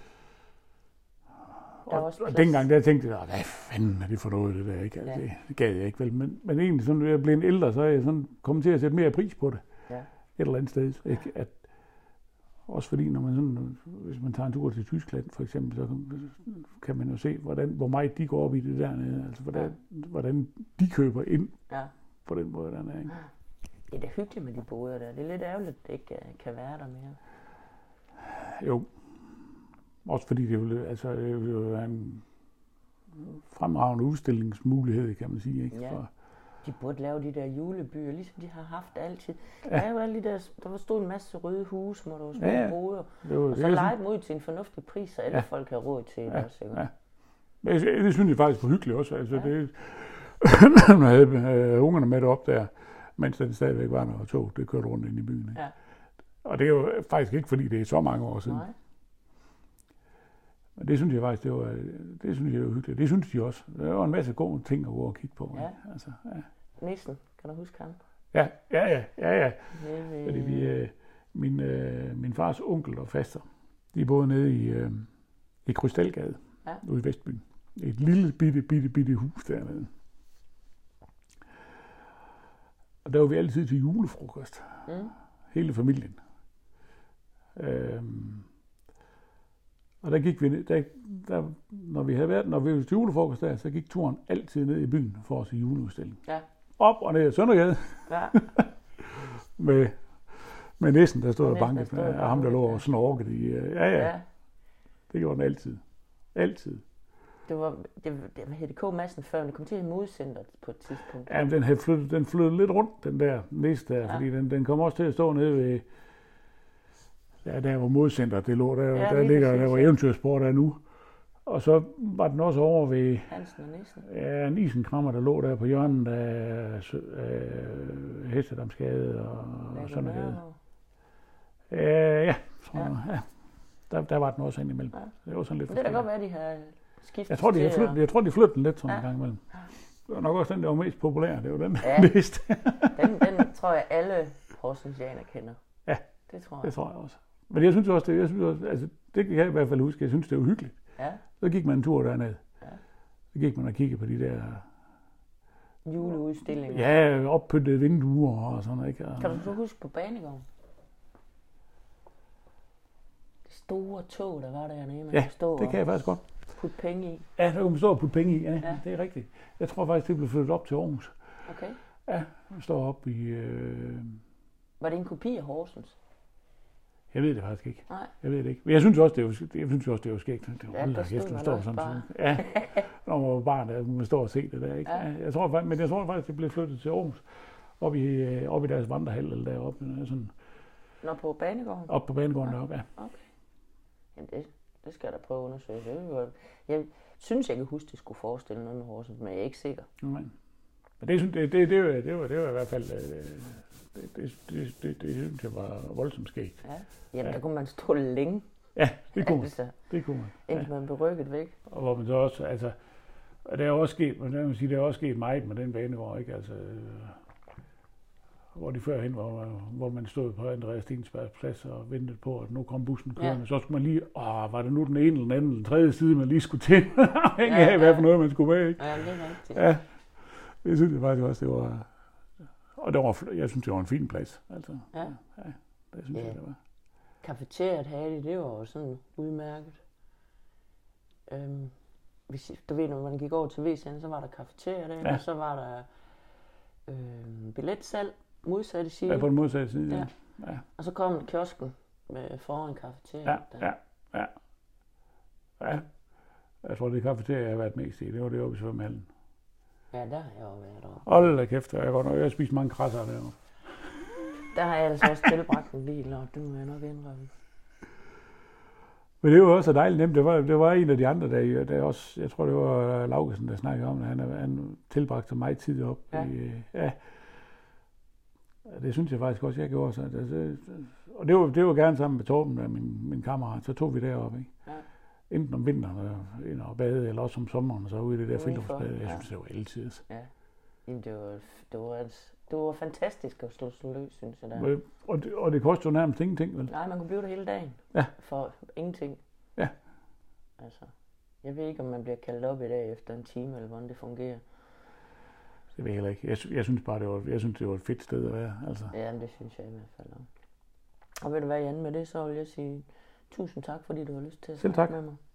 S3: Der var
S2: Og,
S3: også
S2: og
S3: plads.
S2: dengang der tænkte jeg, hvad fanden er det for noget, det der, ikke? Altså,
S3: Ja.
S2: det, det gad jeg ikke, vel? Men, men egentlig, sådan, når jeg blev en ældre, så er jeg sådan kommet til at sætte mere pris på det.
S3: Ja.
S2: Et eller andet sted, ikke? At, også fordi, når man sådan, hvis man tager en tur til Tyskland, for eksempel, så kan, kan man jo se, hvordan, hvor meget de går op i det dernede. Altså, hvordan, ja. hvordan de køber ind
S3: Ja.
S2: på den måde dernede, ikke?
S3: Det er da hyggeligt med de boder der. Det er lidt ærgerligt, at det ikke øh, kan være der mere.
S2: Jo. Også fordi det jo, altså, det jo er en fremragende udstillingsmulighed, kan man sige, ikke?
S3: Ja.
S2: For,
S3: De burde lave de der julebyer, ligesom de har haft altid.
S2: Ja.
S3: Ja. Der er jo alle de der, der stod en masse røde huse, hvor der var små
S2: Ja,
S3: ja,
S2: ja.
S3: boder.
S2: det var,
S3: Og så
S2: det,
S3: lege dem ud til en fornuftig pris, så alle
S2: Ja.
S3: ja. folk har råd til det
S2: Ja,
S3: også. Ikke?
S2: ja. Men jeg- det synes jeg faktisk var hyggeligt også. Altså,
S3: Ja.
S2: det, når jeg havde øh, ungerne med op der, mens den stadigvæk var, når tog, det kørte rundt ind i byen. Ikke?
S3: Ja.
S2: Og det er jo faktisk ikke, fordi det er så mange år siden.
S3: Nej.
S2: Men det synes jeg faktisk, det var, det synes jeg var hyggeligt. Det synes de også. Der var en masse gode ting at gå og kigge på.
S3: Ja.
S2: Ikke? Altså, ja.
S3: Nissen, kan du huske ham?
S2: Ja, ja, ja, ja, ja.
S3: Nede ved...
S2: Fordi vi, øh, min, øh, min fars onkel og faster, de boede nede i, øh, i Krystalgade,
S3: Ja.
S2: ude i Vestbyen. Et lille bitte, bitte, bitte hus dernede. Og der var vi altid til julefrokost.
S3: Mm.
S2: Hele familien. Øhm, og der gik vi ned, der, der, når vi havde været, når vi var til julefrokost der, så gik turen altid ned i byen for at se juleudstilling.
S3: Ja.
S2: op og ned i Søndergade.
S3: Ja.
S2: med, med næsten, der stod
S3: Og
S2: og
S3: næsten,
S2: banket.
S3: der stod og
S2: Og ham, der lå
S3: banket,
S2: og snorket i. øh, Ja, ja,
S3: ja.
S2: det gjorde den altid. Altid.
S3: Det var, det, det var Hette K. Madsen før, men det kom til i modcenteret på et tidspunkt.
S2: Ja, men den havde flyttet, den flyttede lidt rundt, den der næste der,
S3: Ja.
S2: fordi den, den kom også til at stå nede ved, ja, der hvor modcenteret det lå, der,
S3: Ja,
S2: der
S3: lige
S2: ligger,
S3: præcis,
S2: der hvor
S3: ja.
S2: Eventyrsport er nu. Og så var den også over ved,
S3: Hansen og Nissen.
S2: ja, en isenkrammer, der lå der på hjørnet af Sø- øh, Hestedamsgade og, og Søndergade. Øh, ja, tror
S3: Ja.
S2: jeg. Ja. Der, der var den også ind imellem.
S3: Ja.
S2: Det var sådan lidt
S3: Det kan da godt
S2: forskelligt.
S3: være, de har skiftet
S2: Jeg tror, de har
S3: til
S2: flyttet,
S3: at-
S2: jeg tror, de flyttede den lidt sådan
S3: Ja.
S2: en gang imellem. Det var nok også den, der var mest populær. Det var den, der
S3: Ja.
S2: ja. næste.
S3: Den, den tror jeg, alle Horsensianer kender.
S2: Ja.
S3: Det tror
S2: Det
S3: jeg.
S2: tror jeg også. Men jeg synes også, det, jeg synes også, altså, det kan jeg i hvert fald huske. Jeg synes, det var hyggeligt.
S3: Ja.
S2: Så gik man en tur derned.
S3: Ja.
S2: Så gik man og kiggede på de der,
S3: Juleudstillinger.
S2: ja, oppyntede vinduer og sådan noget. Ikke? Og,
S3: Kan du så huske på Banegården? Det store tog, der var dernede, man
S2: Ja,
S3: kunne stå
S2: det kan jeg faktisk godt.
S3: og putte penge i.
S2: Ja, der kunne man stå og putte penge i. Ja,
S3: Ja.
S2: ja. Det er rigtigt. Jeg tror faktisk, det blev flyttet op til Aarhus.
S3: Okay.
S2: Ja, man står op i... Øh,
S3: Var det en kopi af Horsens?
S2: jeg ved det faktisk ikke.
S3: Nej.
S2: Jeg ved det ikke. Men jeg synes også, det var, jeg synes også, det var skægt. Det var,
S3: Ja,
S2: hold
S3: der
S2: da
S3: stod
S2: kæft, du
S3: man
S2: står
S3: også
S2: sådan.
S3: bare.
S2: Ja, når man var barn, der kunne man stå og se det der. Ikke?
S3: Ja.
S2: Ja. Jeg tror, faktisk- men jeg tror faktisk, det blev flyttet til Aarhus. Op i, øh, op i deres vandrehal, eller deroppe. Sådan,
S3: Nå, på Banegården?
S2: op på banegården deroppe, ja.
S3: Okay. Jamen, det, det skal jeg da prøve at undersøge. Det var, jeg synes, jeg kan huske, det skulle forestille noget med Horsens, men jeg er ikke sikker.
S2: Nej. Men det, synes- det, det, det, var, det, var, det var i hvert fald... øh, Det, det, det, det, det synes jeg var voldsomt skægt.
S3: Ja. Jamen,
S2: Ja.
S3: der kunne man stå længe,
S2: Ja, det kunne man.
S3: altså,
S2: Det kunne man.
S3: indtil man blev rykket væk.
S2: Og hvor man så også, altså, og der er også sket, man kan sige, der er også sket meget med den banegård, ikke? Altså, øh, hvor de førhen, hvor, hvor man stod på Andreas Stensbergs plads og ventede på, at nu kom bussen kørende,
S3: Ja.
S2: så skulle man lige, åh, var det nu den ene eller den anden eller den tredje side, man lige skulle til, afhængig
S3: Ja,
S2: af, hvad
S3: ja.
S2: for noget man skulle med, ikke?
S3: Ja, det er rigtigt.
S2: Ja, det synes jeg faktisk også, det var, og det var, jeg synes, det var en fin plads, altså.
S3: Ja.
S2: Ja, det synes
S3: Ja.
S2: jeg, det var.
S3: Cafeteriet havde de, det var jo sådan udmærket. Øhm, hvis, du ved, når man gik over til V C'en, så var der cafeteria derinde,
S2: Ja.
S3: og så var der øhm, billetsalg, modsatte side,
S2: Ja, på den modsatte side, ja.
S3: Ja. og så kom kiosken med foran cafeteria.
S2: Ja, ja, ja. Ja, jeg tror, det kafeteria, jeg har været mest i, det var det oppe i svømmehallen.
S3: ja, der har jeg jo været over.
S2: Hold da kæft, jeg har godt nok, jeg har spist mange krasser derovre.
S3: Der har jeg altså også tilbragt en del, og det må jeg nok indrømme.
S2: Men det var også dejligt nemt. Det var, det var en af de andre, der, der også, jeg tror, det var Laugesen, der snakkede om det. Han, han tilbragte meget tid op.
S3: Ja.
S2: I, ja. Det synes jeg faktisk også, jeg gjorde. Så, det, og det var, det var gerne sammen med Torben, der, min, min kammerat. Så tog vi derop, ikke?
S3: Ja.
S2: Enten om vinteren og, ind og bade, eller også om sommeren, og så ude i det der
S3: Udenfor,
S2: friluftsbade. Jeg
S3: ja.
S2: synes, det var altid.
S3: Ja. Jamen, det var, det var, det var fantastisk at slå sig løs, synes jeg der.
S2: Og, og, det, og det koster jo nærmest ingenting, vel?
S3: Nej, man kunne blive der hele dagen.
S2: Ja.
S3: For ingenting.
S2: Ja.
S3: Altså, jeg ved ikke, om man bliver kaldt op i dag efter en time, eller hvordan det fungerer.
S2: Det ved jeg heller ikke. Jeg, sy- jeg synes bare, det var, jeg synes, det var et fedt sted at være. Altså.
S3: Ja, det synes jeg i hvert fald også. Og ved du hvad, Jan, med det, så vil jeg sige tusind tak, fordi du har lyst til at
S2: Selv
S3: snakke
S2: tak.
S3: med mig.